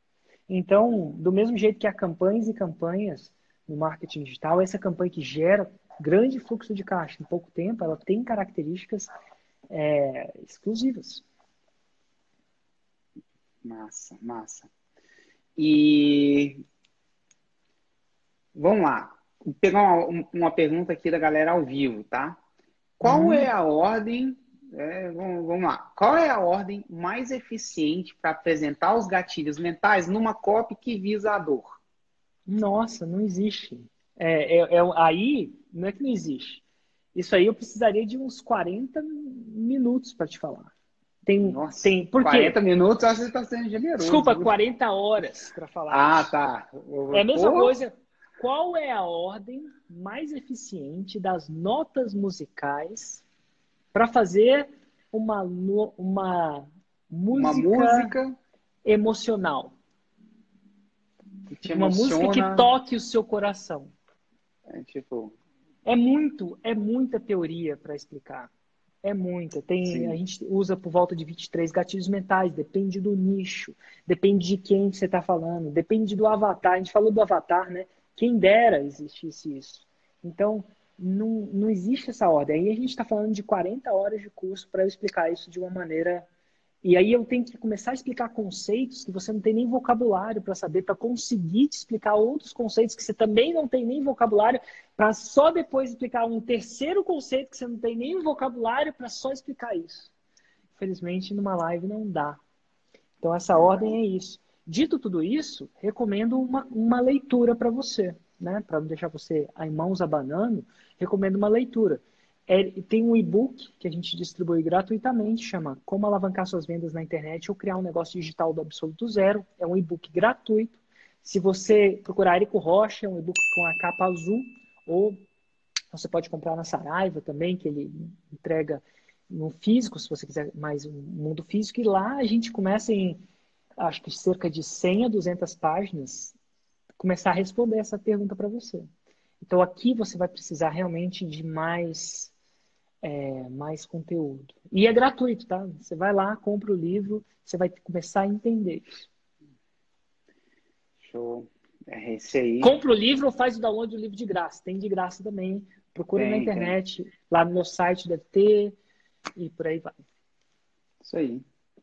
Então, do mesmo jeito que há campanhas e campanhas no marketing digital, essa campanha que gera grande fluxo de caixa em pouco tempo, ela tem características é, exclusivas. Massa, massa. E vamos lá. Vou pegar uma, uma pergunta aqui da galera ao vivo, tá? Qual é Uhum. a ordem? É, vamos, vamos lá. Qual é a ordem mais eficiente para apresentar os gatilhos mentais numa copy que visa a dor? Nossa, não existe. É, é, é- aí, não é que não existe. Isso aí eu precisaria de uns quarenta minutos para te falar. Tem, Nossa, tem, por quarenta quê? minutos, acho que você está sendo generoso, Desculpa, viu? quarenta horas para falar Ah, isso. tá. É a mesma Pô, coisa. Qual é a ordem mais eficiente das notas musicais para fazer uma, no- uma uma música música emocional? que te Uma música que emociona, toque o seu coração. é, tipo, É muito, é muita teoria para explicar. É muita. Tem, a sim. gente usa por volta de vinte e três gatilhos mentais, depende do nicho, depende de quem você está falando, depende do avatar. A gente falou do avatar, né? Quem dera existisse isso. Então, não, não existe essa ordem. Aí a gente está falando de quarenta horas de curso para eu explicar isso de uma maneira. E aí eu tenho que começar a explicar conceitos que você não tem nem vocabulário para saber, para conseguir te explicar outros conceitos que você também não tem nem vocabulário, para só depois explicar um terceiro conceito que você não tem nem vocabulário para só explicar isso. Infelizmente, numa live não dá. Então, essa ordem é isso. Dito tudo isso, recomendo uma, uma leitura para você, né? Para não deixar você em mãos abanando, recomendo uma leitura. É, tem um e-book que a gente distribui gratuitamente, chama Como Alavancar Suas Vendas na Internet ou Criar um Negócio Digital do Absoluto Zero. É um e-book gratuito. Se você procurar Érico Rocha, é um e-book com a capa azul, ou você pode comprar na Saraiva também, que ele entrega no físico, se você quiser mais um mundo físico. E lá a gente começa em, acho que cerca de cem a duzentas páginas, começar a responder essa pergunta para você. Então aqui você vai precisar realmente de mais, é, mais conteúdo. E é gratuito, tá? Você vai lá, compra o livro, você vai começar a entender isso. Show. É esse aí. Compra o livro ou faz o download do livro de graça. Tem de graça também. Procura na Tem, tem. internet, lá no meu site deve ter, e por aí vai. Isso aí.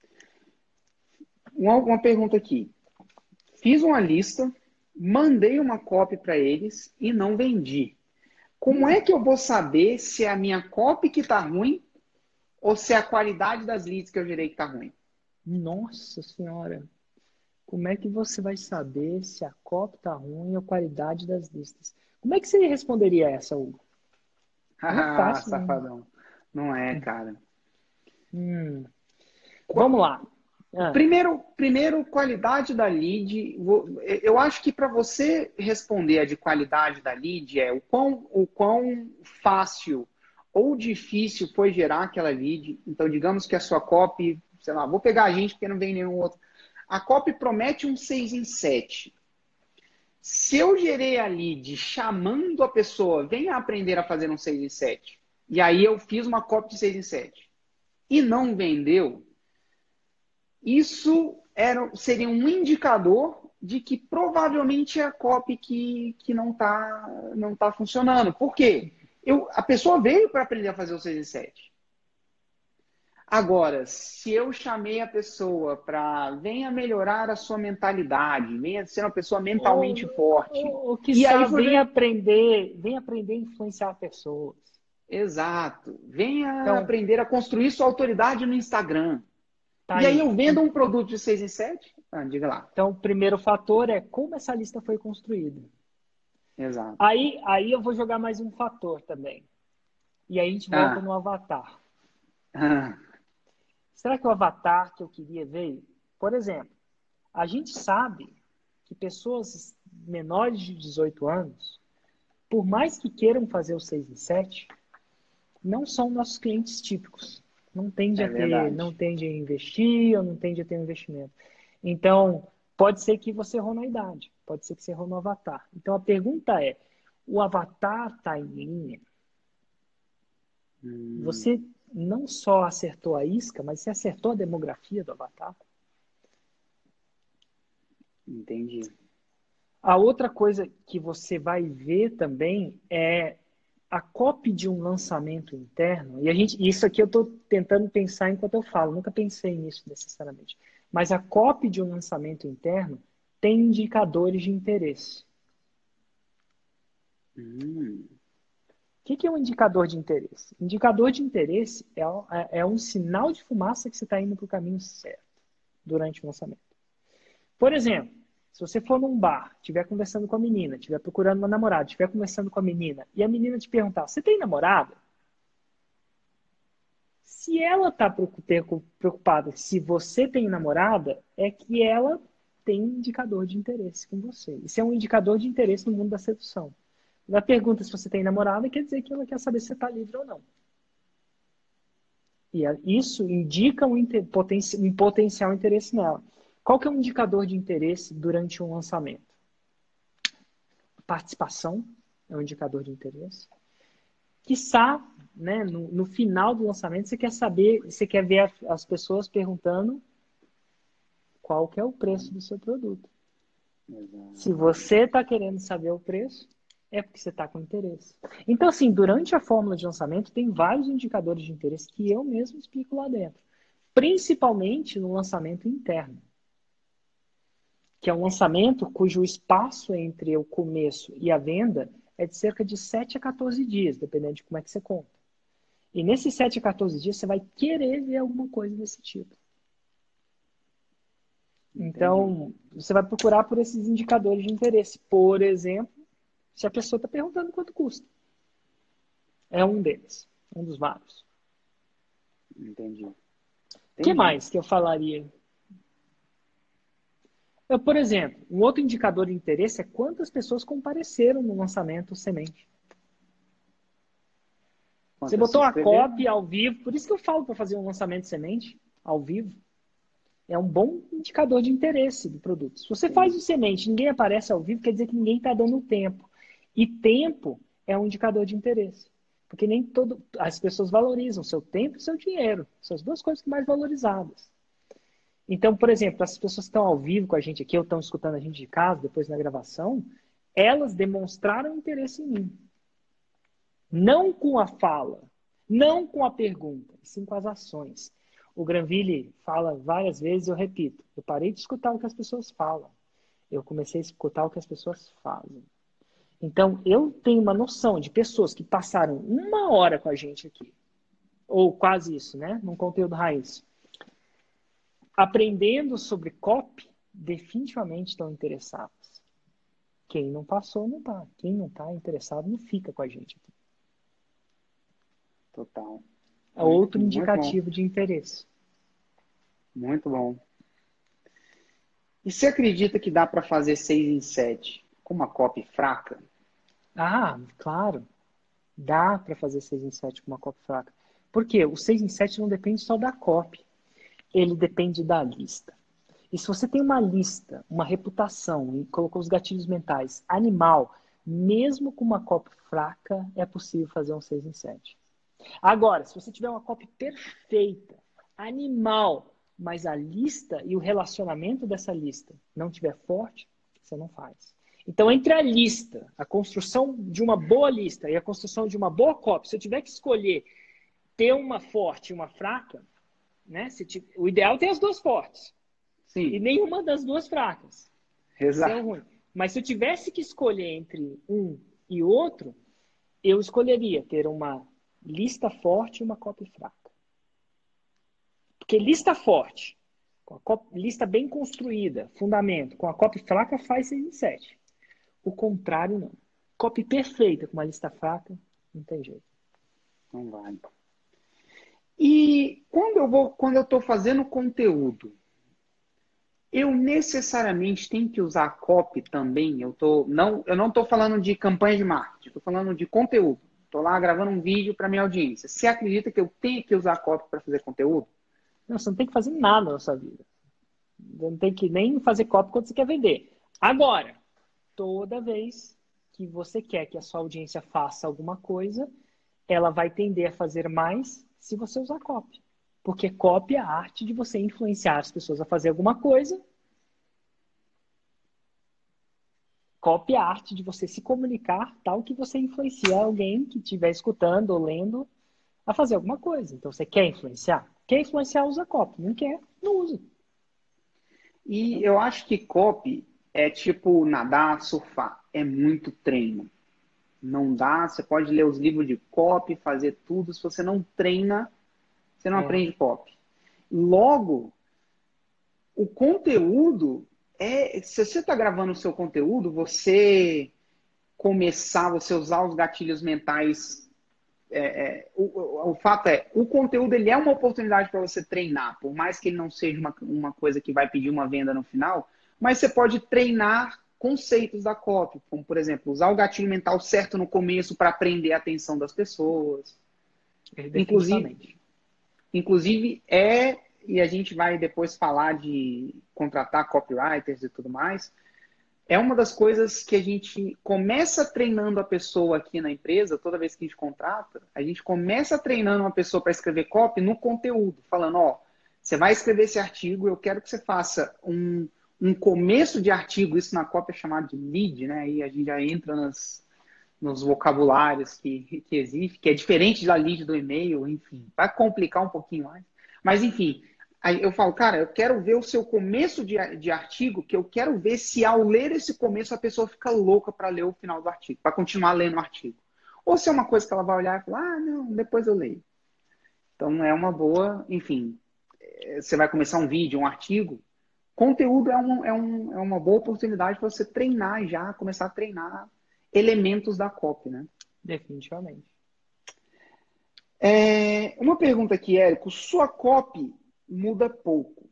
Uma, uma pergunta aqui. Fiz uma lista, mandei uma copy para eles e não vendi. Como é Hum, que eu vou saber se é a minha copy que está ruim ou se é a qualidade das leads que eu gerei que está ruim? nossa senhora. Como é que você vai saber se a copy está ruim ou a qualidade das listas? Como é que você responderia essa, Hugo? Não é Ah, fácil, né? safadão. Não é, cara. Hum, Qua- vamos lá. Ah, Primeiro, primeiro, qualidade da lead. Vo- Eu acho que para você responder a de qualidade da lead é o quão, o quão fácil ou difícil foi gerar aquela lead. Então, digamos que a sua copy, sei lá, vou pegar a gente porque não vem nenhum outro. A copy promete um seis em sete. Se eu gerei a lead chamando a pessoa, venha aprender a fazer um seis em sete, e aí eu fiz uma copy de seis em sete e não vendeu, isso era, seria um indicador de que provavelmente é a copy que, que não está não tá funcionando. Por quê? Eu, a pessoa veio para aprender a fazer o seis em sete. Agora, se eu chamei a pessoa para venha melhorar a sua mentalidade, venha ser uma pessoa mentalmente ou, forte, ou, ou e aí quiçá, foi vem ver. aprender, vem aprender a influenciar pessoas. Exato. Venha Então, aprender a construir sua autoridade no Instagram. tá E aí aí. eu vendo um produto de seis em sete? Ah, diga lá. Então, o primeiro fator é como essa lista foi construída. Exato. Aí, aí eu vou jogar mais um fator também. E aí a gente volta Ah, no avatar. ah, Será que o avatar que eu queria ver, por exemplo, a gente sabe que pessoas menores de dezoito anos, por mais que queiram fazer o seis em sete, não são nossos clientes típicos. Não tende é a ter, não verdade. tende a investir ou não tende a ter um investimento. Então, pode ser que você errou na idade, pode ser que você errou no avatar. Então, a pergunta é, o avatar está em linha? Hum, Você não só acertou a isca, mas você acertou a demografia do avatar? entendi. A outra coisa que você vai ver também é a copy de um lançamento interno. E a gente, isso aqui eu estou tentando pensar enquanto eu falo, nunca pensei nisso necessariamente. Mas a copy de um lançamento interno tem indicadores de interesse. Hum, O que é um indicador de interesse? Indicador de interesse é, é um sinal de fumaça que você está indo para o caminho certo durante o lançamento. Por exemplo, se você for num bar, estiver conversando com a menina, estiver procurando uma namorada, estiver conversando com a menina, e a menina te perguntar, você tem namorada? Se ela está preocupada se você tem namorada, é que ela tem indicador de interesse com você. Isso é um indicador de interesse no mundo da sedução. Na pergunta se você tem namorada, quer dizer que ela quer saber se você está livre ou não. E isso indica um, um potencial interesse nela. Qual que é um indicador de interesse durante um lançamento? Participação é um indicador de interesse. Quiçá, né, no, no final do lançamento, você quer saber, você quer ver as pessoas perguntando qual que é o preço do seu produto. Se exato. você está querendo saber o preço, é porque você está com interesse. Então, assim, durante a fórmula de lançamento, tem vários indicadores de interesse que eu mesmo explico lá dentro. Principalmente no lançamento interno, que é um lançamento cujo espaço entre o começo e a venda é de cerca de sete a quatorze dias, dependendo de como é que você conta. E nesses sete a quatorze dias, você vai querer ver alguma coisa desse tipo. Entendi. Então, você vai procurar por esses indicadores de interesse. Por exemplo, se a pessoa está perguntando quanto custa. É um deles, um dos vários. Entendi. O que Entendi. mais que eu falaria? Eu, por exemplo, um outro indicador de interesse é quantas pessoas compareceram no lançamento semente. Você Quantas se botou uma inscreveram? copy ao vivo, por isso que eu falo para fazer um lançamento semente ao vivo. É um bom indicador de interesse do produto. Se você faz Entendi. o semente e ninguém aparece ao vivo, quer dizer que ninguém está dando tempo. E tempo é um indicador de interesse. Porque nem todo, as pessoas valorizam seu tempo e seu dinheiro. São as duas coisas mais valorizadas. Então, por exemplo, as pessoas que estão ao vivo com a gente aqui, ou estão escutando a gente de casa, depois na gravação, elas demonstraram interesse em mim. Não com a fala, não com a pergunta, sim com as ações. O Granville fala várias vezes, eu repito, eu parei de escutar o que as pessoas falam. Eu comecei a escutar o que as pessoas fazem. Então, eu tenho uma noção de pessoas que passaram uma hora com a gente aqui, ou quase isso, né? Num conteúdo raiz. Aprendendo sobre copy, definitivamente estão interessadas. Quem não passou, não tá. Quem não tá interessado, não fica com a gente aqui. Total. É Muito, outro muito bom. indicativo de interesse. Muito bom. E você acredita que dá para fazer seis em sete com uma copy fraca? Ah, claro. Dá para fazer seis em sete com uma copy fraca. Por quê? O seis em sete não depende só da copy. Ele depende da lista. E se você tem uma lista, uma reputação, e colocou os gatilhos mentais, animal, mesmo com uma copy fraca, é possível fazer um seis em sete. Agora, se você tiver uma copy perfeita, animal, mas a lista e o relacionamento dessa lista não tiver forte, você não faz. Então, entre a lista, a construção de uma boa lista e a construção de uma boa copy, se eu tiver que escolher ter uma forte e uma fraca, né? Se t... O ideal é ter as duas fortes. Sim. E nenhuma das duas fracas. Isso é o Exato. ruim. Mas se eu tivesse que escolher entre um e outro, eu escolheria ter uma lista forte e uma copy fraca. Porque lista forte, com a copy, lista bem construída, fundamento, com a copy fraca faz seis em sete. O contrário, não. Copy perfeita com uma lista fraca, não tem jeito. Não vale. E quando eu vou, quando eu estou fazendo conteúdo, eu necessariamente tenho que usar copy também. Eu tô, não, eu não estou falando de campanha de marketing, estou falando de conteúdo. Estou lá gravando um vídeo para minha audiência. Você acredita que eu tenho que usar copy para fazer conteúdo? Não, você não tem que fazer nada na sua vida. Você não tem que nem fazer copy quando você quer vender. Agora, toda vez que você quer que a sua audiência faça alguma coisa, ela vai tender a fazer mais se você usar copy. Porque copy é a arte de você influenciar as pessoas a fazer alguma coisa. Copy é a arte de você se comunicar tal que você influencia alguém que estiver escutando ou lendo a fazer alguma coisa. Então, você quer influenciar? Quer influenciar, usa copy. Não quer, não usa. E eu acho que copy é tipo nadar, surfar. É muito treino. Não dá, você pode ler os livros de copy, fazer tudo. Se você não treina, você não É. aprende copy. Logo, o conteúdo é. Se você está gravando o seu conteúdo, você começar, você usar os gatilhos mentais. É, é, o, o, o fato é, o conteúdo ele é uma oportunidade para você treinar, por mais que ele não seja uma, uma coisa que vai pedir uma venda no final, mas você pode treinar conceitos da copy, como por exemplo, usar o gatilho mental certo no começo para prender a atenção das pessoas. É, Inclusive, definitivamente. inclusive é, e a gente vai depois falar de contratar copywriters e tudo mais, é uma das coisas que a gente começa treinando a pessoa aqui na empresa, toda vez que a gente contrata, a gente começa treinando uma pessoa para escrever copy no conteúdo, falando, ó, você vai escrever esse artigo, eu quero que você faça um, um começo de artigo, isso na copy é chamado de lead, né? Aí a gente já entra nas, nos vocabulários que, que existe, que é diferente da lead do e-mail, enfim, vai complicar um pouquinho mais. Mas, enfim, aí eu falo, cara, eu quero ver o seu começo de, de artigo, que eu quero ver se ao ler esse começo a pessoa fica louca para ler o final do artigo, para continuar lendo o artigo. Ou se é uma coisa que ela vai olhar e falar, ah, não, depois eu leio. Então é uma boa, enfim, você vai começar um vídeo, um artigo, conteúdo é, um, é, um, é uma boa oportunidade para você treinar já, começar a treinar elementos da copy, né? Definitivamente. É, uma pergunta aqui, Érico. Sua copy muda pouco.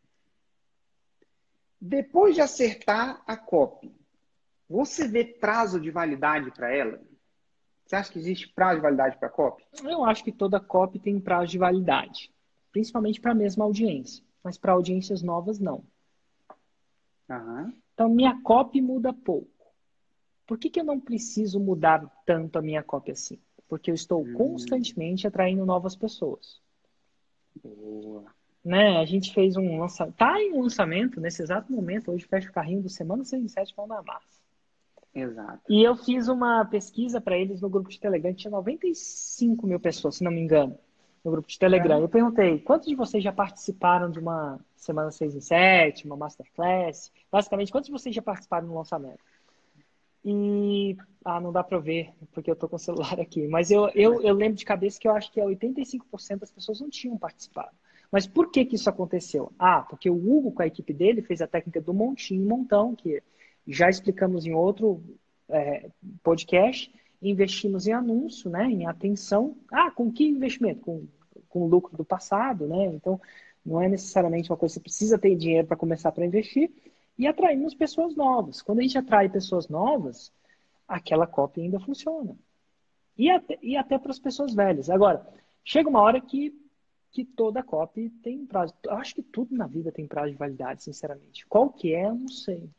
Depois de acertar a copy, você vê prazo de validade para ela? Você acha que existe prazo de validade para a copy? Eu acho que toda copy tem prazo de validade, principalmente para a mesma audiência, mas para audiências novas não. Aham. Então, minha copy muda pouco. Por que que eu não preciso mudar tanto a minha copy assim? Porque eu estou Hum, constantemente atraindo novas pessoas. boa. Né? A gente fez um lançamento, tá em um lançamento nesse exato momento, hoje fecha o carrinho do Semana seis e sete Mão na Massa. Exato. E eu fiz uma pesquisa para eles no grupo de Telegram, tinha noventa e cinco mil pessoas, se não me engano, no grupo de Telegram. É. Eu perguntei, quantos de vocês já participaram de uma Semana seis em sete, uma Masterclass? Basicamente, quantos de vocês já participaram do lançamento? E, ah, não dá para ver, porque eu tô com o celular aqui. Mas eu, eu, eu lembro de cabeça que eu acho que oitenta e cinco por cento das pessoas não tinham participado. Mas por que que isso aconteceu? Ah, porque o Hugo, com a equipe dele, fez a técnica do montinho e montão, que já explicamos em outro é, podcast, investimos em anúncio, né, em atenção. Ah, com que investimento? Com, com o lucro do passado, né? Então, não é necessariamente uma coisa que você precisa ter dinheiro para começar para investir. E atraímos pessoas novas. Quando a gente atrai pessoas novas, aquela copy ainda funciona. E até, e até para as pessoas velhas. Agora, chega uma hora que, que toda copy tem prazo. Eu acho que tudo na vida tem prazo de validade, sinceramente. Qual que é, eu não sei.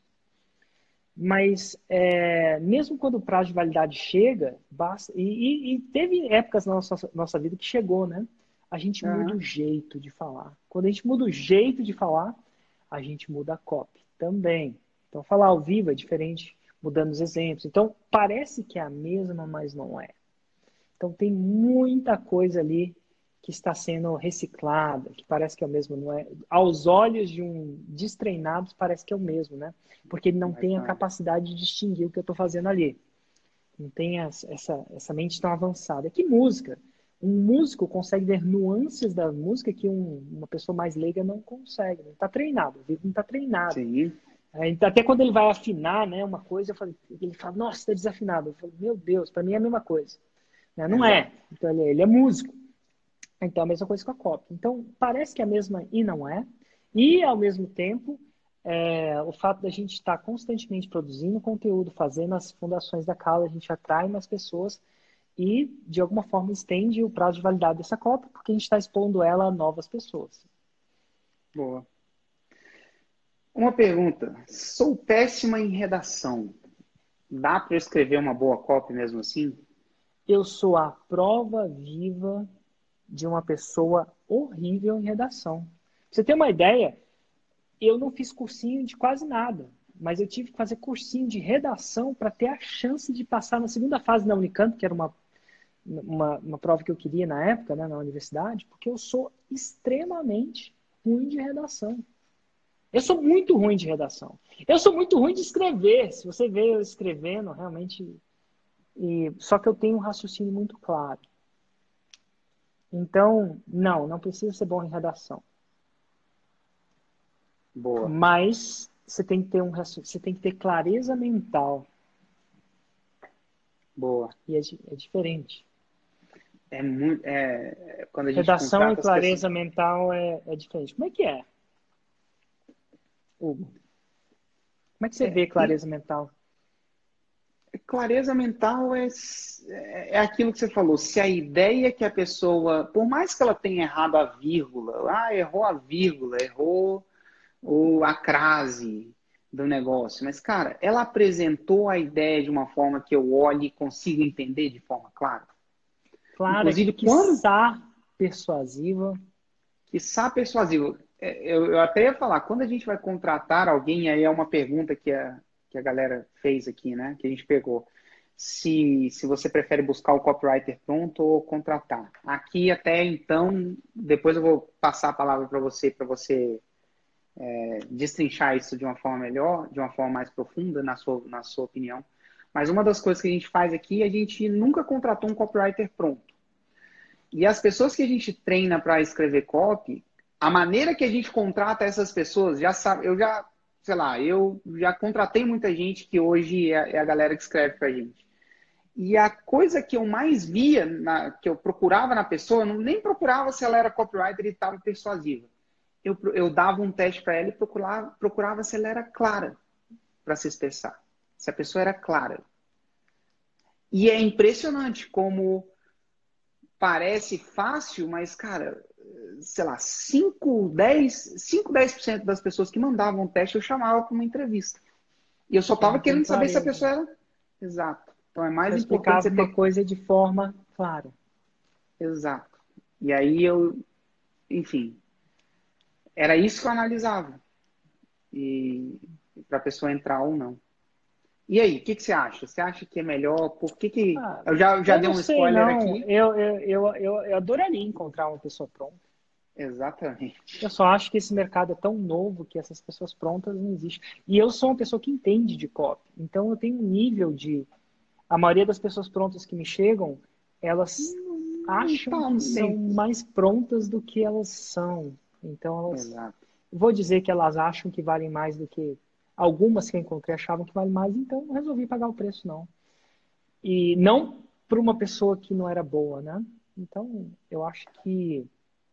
Mas, é, mesmo quando o prazo de validade chega, basta, e, e, e teve épocas na nossa, nossa vida que chegou, né? A gente muda Aham. o jeito de falar. Quando a gente muda o jeito de falar, a gente muda a copy também. Então, falar ao vivo é diferente, mudando os exemplos. Então, parece que é a mesma, mas não é. Então, tem muita coisa ali que está sendo reciclada, que parece que é o mesmo, não é? Aos olhos de um destreinado, parece que é o mesmo, né? Porque ele não Mas tem a não é. capacidade de distinguir o que eu estou fazendo ali. Não tem essa, essa mente tão avançada. É que música. Um músico consegue ver nuances da música que um, uma pessoa mais leiga não consegue. Não está treinado. O ouvido não está treinado. Sim. É, então, até quando ele vai afinar, né, uma coisa, eu falei, ele fala, nossa, está desafinado. Eu falei, meu Deus, para mim é a mesma coisa. Né? Não é. Exato. Então, ele, é, ele é músico. Então, a mesma coisa com a cópia. Então, parece que é a mesma e não é. E, ao mesmo tempo, é, o fato da gente estar constantemente produzindo conteúdo, fazendo as fundações da causa, a gente atrai mais pessoas e, de alguma forma, estende o prazo de validade dessa cópia, porque a gente está expondo ela a novas pessoas. Boa. Uma pergunta. Sou péssima em redação. Dá para eu escrever uma boa copy mesmo assim? Eu sou a prova viva de uma pessoa horrível em redação. Pra você ter uma ideia, eu não fiz cursinho de quase nada, mas eu tive que fazer cursinho de redação para ter a chance de passar na segunda fase da Unicamp, que era uma, uma, uma prova que eu queria na época, né, na universidade, porque eu sou extremamente ruim de redação. Eu sou muito ruim de redação. Eu sou muito ruim de escrever. Se você vê eu escrevendo, realmente... E, só que eu tenho um raciocínio muito claro. Então, não, não precisa ser bom em redação. Boa. Mas você tem que ter um você tem que ter clareza mental. Boa. E é, é diferente. É muito. É, quando a gente Redação e contrata as pessoas. clareza mental é, é diferente. Como é que é, Hugo? Como é que você É, vê tem, clareza mental? clareza mental é, é aquilo que você falou. Se a ideia que a pessoa, por mais que ela tenha errado a vírgula, ah, errou a vírgula, errou o, a crase do negócio, mas, cara, ela apresentou a ideia de uma forma que eu olhe e consiga entender de forma clara. Clara, Inclusive, quando quiçá persuasiva. quiçá persuasivo. É, Eu, eu até ia falar, quando a gente vai contratar alguém, aí é uma pergunta que a, que a galera fez aqui, né? Que a gente pegou. Se, se você prefere buscar o copywriter pronto ou contratar. Aqui até então, depois eu vou passar a palavra para você, para você é, destrinchar isso de uma forma melhor, de uma forma mais profunda, na sua, na sua opinião. Mas uma das coisas que a gente faz aqui, a gente nunca contratou um copywriter pronto. E as pessoas que a gente treina para escrever copy, a maneira que a gente contrata essas pessoas, já sabe, eu já, sei lá, eu já contratei muita gente que hoje é, é a galera que escreve para a gente. E a coisa que eu mais via, na, que eu procurava na pessoa, eu não, nem procurava se ela era copywriter e estava persuasiva. Eu, eu dava um teste para ela e procurava, procurava se ela era clara para se expressar. Se a pessoa era clara. E é impressionante como parece fácil, mas, cara, sei lá, cinco, dez, cinco, dez por cento das pessoas que mandavam o teste eu chamava para uma entrevista. E eu só Porque estava não tem querendo saber se a clareza. pessoa era. Exato. Então é Só mais importante explicava você uma ter. coisa de forma clara. Exato. E aí eu, enfim, era isso que eu analisava. E para a pessoa entrar ou não. E aí, o que, que você acha? Você acha que é melhor? Por que que. Ah, Eu já, já eu dei não um sei, spoiler não. aqui. Eu, eu, eu, eu, eu adoraria encontrar uma pessoa pronta. Eu Exatamente. só acho que esse mercado é tão novo que essas pessoas prontas não existem. E eu sou uma pessoa que entende de copy. Então eu tenho um nível de. A maioria das pessoas prontas que me chegam, elas Não acham tá que são nem. mais prontas do que elas são. Então elas. Exato. Vou dizer que elas acham que valem mais do que. Algumas que eu encontrei achavam que vale mais, então não resolvi pagar o preço, não. E não para uma pessoa que não era boa, né? Então, eu acho que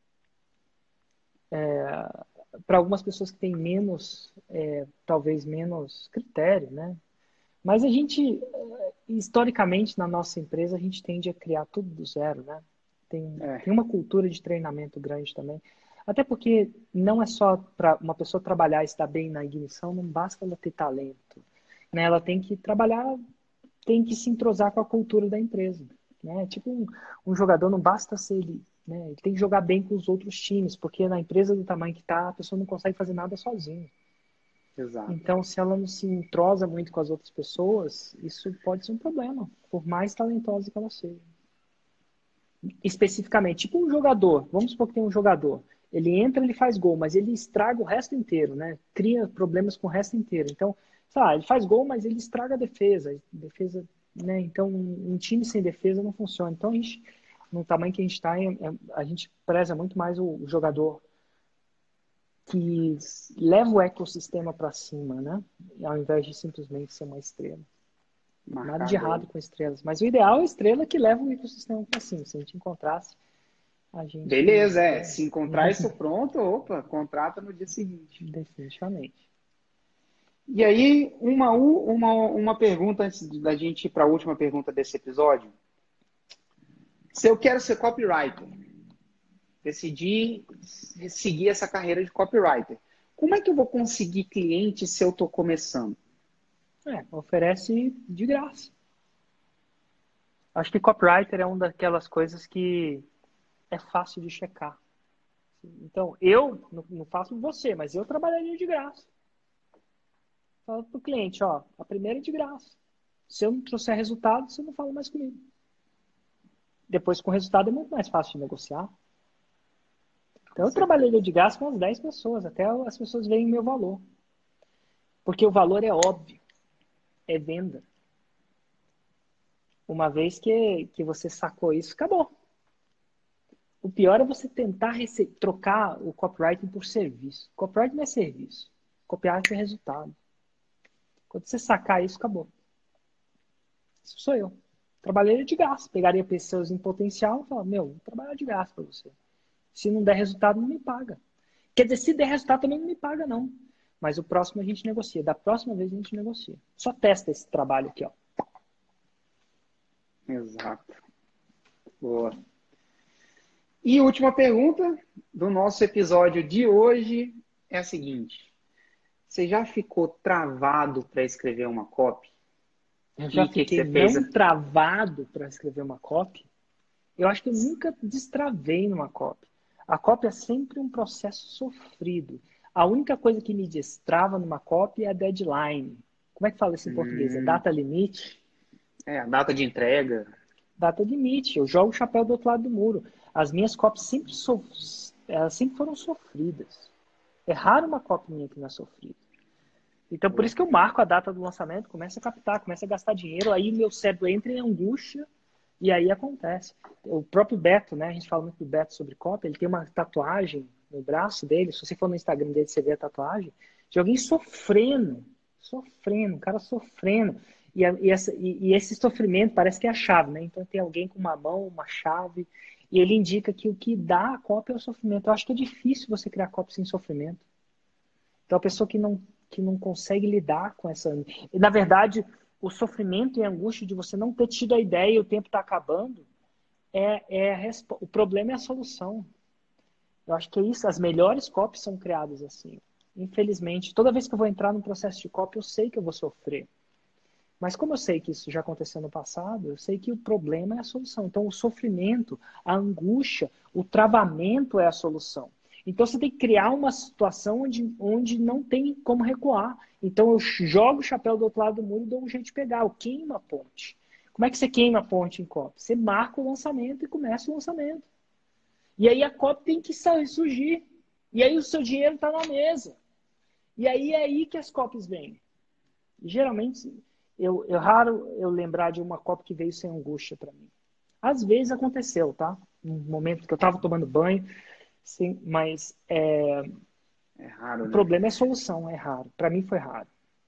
para algumas pessoas que têm menos, é, talvez menos critério, né? Mas a gente, historicamente, na nossa empresa, a gente tende a criar tudo do zero, né? Tem, É, tem uma cultura de treinamento grande também. Até porque não é só para uma pessoa trabalhar e estar bem na ignição, não basta ela ter talento, né? Ela tem que trabalhar, tem que se entrosar com a cultura da empresa, né? Tipo um, um jogador não basta ser ele, né? Ele tem que jogar bem com os outros times, porque na empresa do tamanho que está, a pessoa não consegue fazer nada sozinha. exato. Então, se ela não se entrosa muito com as outras pessoas, isso pode ser um problema, por mais talentosa que ela seja. Especificamente, tipo um jogador. Vamos supor que tem um jogador. Ele entra, ele faz gol, mas ele estraga o resto inteiro, né? Cria problemas com o resto inteiro. Então, sei lá, ele faz gol, mas ele estraga a defesa. Defesa, né? Então, um time sem defesa não funciona. Então, a gente, no tamanho que a gente está, a gente preza muito mais o jogador que leva o ecossistema para cima, né? Ao invés de simplesmente ser uma estrela. Nada de Marcado errado aí. com estrelas, mas o ideal é a estrela que leva o ecossistema para cima. Se a gente encontrasse, a gente, Beleza, é. né? Se encontrar isso pronto, opa, contrata no dia seguinte. Definitivamente. E aí, uma, u- uma, uma pergunta antes da gente ir para a última pergunta desse episódio. Se eu quero ser copywriter, decidi seguir essa carreira de copywriter, como é que eu vou conseguir clientes se eu estou começando? É, oferece de graça. Acho que copywriter é uma daquelas coisas que é fácil de checar. Então, eu não não faço você, mas eu trabalharia de graça. Falo para o cliente, ó, a primeira é de graça. Se eu não trouxer resultado, você não fala mais comigo. Depois, com o resultado, é muito mais fácil de negociar. Com Então, eu trabalharia certeza. de graça com as dez pessoas, até as pessoas veem meu valor. Porque o valor é óbvio, é venda. Uma vez que, que você sacou isso, acabou. O pior é você tentar trocar o copywriting por serviço. Copywriting não é serviço. Copywriting é resultado. Quando você sacar isso, acabou. Isso sou eu. Trabalharia de graça. Pegaria pessoas em potencial e falaria, meu, vou trabalhar de graça para você. Se não der resultado, não me paga. Quer dizer, se der resultado, também não me paga, não. Mas o próximo a gente negocia. Da próxima vez a gente negocia. Só testa esse trabalho aqui, ó. Exato. Boa. E última pergunta do nosso episódio de hoje é a seguinte. Você já ficou travado para escrever uma copy? Eu já E o que, que fiquei você fez? não travado para escrever uma copy. Eu acho que eu nunca destravei numa copy. A copy é sempre um processo sofrido. A única coisa que me destrava numa copy é a deadline. Como é que fala isso em português? É Hum, data limite? é, a data de entrega. Data limite. Eu jogo o chapéu do outro lado do muro. As minhas copies sempre, so... Elas sempre foram sofridas. É raro uma copy minha que não é sofrida. Então, por Boa. isso que eu marco a data do lançamento, começo a captar, começo a gastar dinheiro, aí meu cérebro entra em angústia e aí acontece. O próprio Beto, né? A gente fala muito do Beto sobre copy, ele tem uma tatuagem no braço dele, se você for no Instagram dele, você vê a tatuagem, de alguém sofrendo, sofrendo, um cara sofrendo. E, a, e, essa, e, e esse sofrimento parece que é a chave, né? Então tem alguém com uma mão, uma chave, e ele indica que o que dá a copy é o sofrimento. Eu acho que é difícil você criar copy sem sofrimento. Então, a pessoa que não, que não consegue lidar com essa... E, na verdade, o sofrimento e a angústia de você não ter tido a ideia e o tempo está acabando, é, é a resp... o problema é a solução. Eu acho que é isso. As melhores copies são criadas assim. Infelizmente, toda vez que eu vou entrar num processo de copy, eu sei que eu vou sofrer. Mas como eu sei que isso já aconteceu no passado, eu sei que o problema é a solução. Então, o sofrimento, a angústia, o travamento é a solução. Então, você tem que criar uma situação onde, onde não tem como recuar. Então, eu jogo o chapéu do outro lado do muro e dou um jeito de pegar. Eu queimo a ponte. Como é que você queima a ponte em copy? Você marca o lançamento e começa o lançamento. E aí a copy tem que surgir. E aí o seu dinheiro está na mesa. E aí é aí que as copies vêm. Geralmente, eu, eu raro eu lembrar de uma copy que veio sem angústia para mim. Às vezes aconteceu, tá? Um momento que eu estava tomando banho, sim, mas é, É raro, o né? problema é a solução, é raro. Para mim foi raro.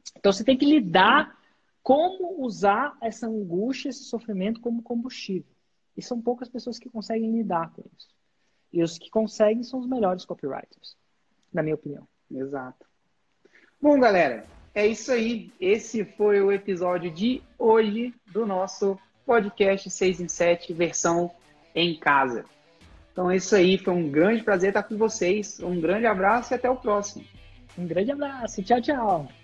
Então você tem que lidar como usar essa angústia, esse sofrimento como combustível. E são poucas pessoas que conseguem lidar com isso. E os que conseguem são os melhores copywriters, na minha opinião. Exato. Bom, galera, é isso aí. Esse foi o episódio de hoje do nosso podcast seis em sete, versão em casa. Então é isso aí. Foi um grande prazer estar com vocês. Um grande abraço e até o próximo. Um grande abraço. Tchau, tchau.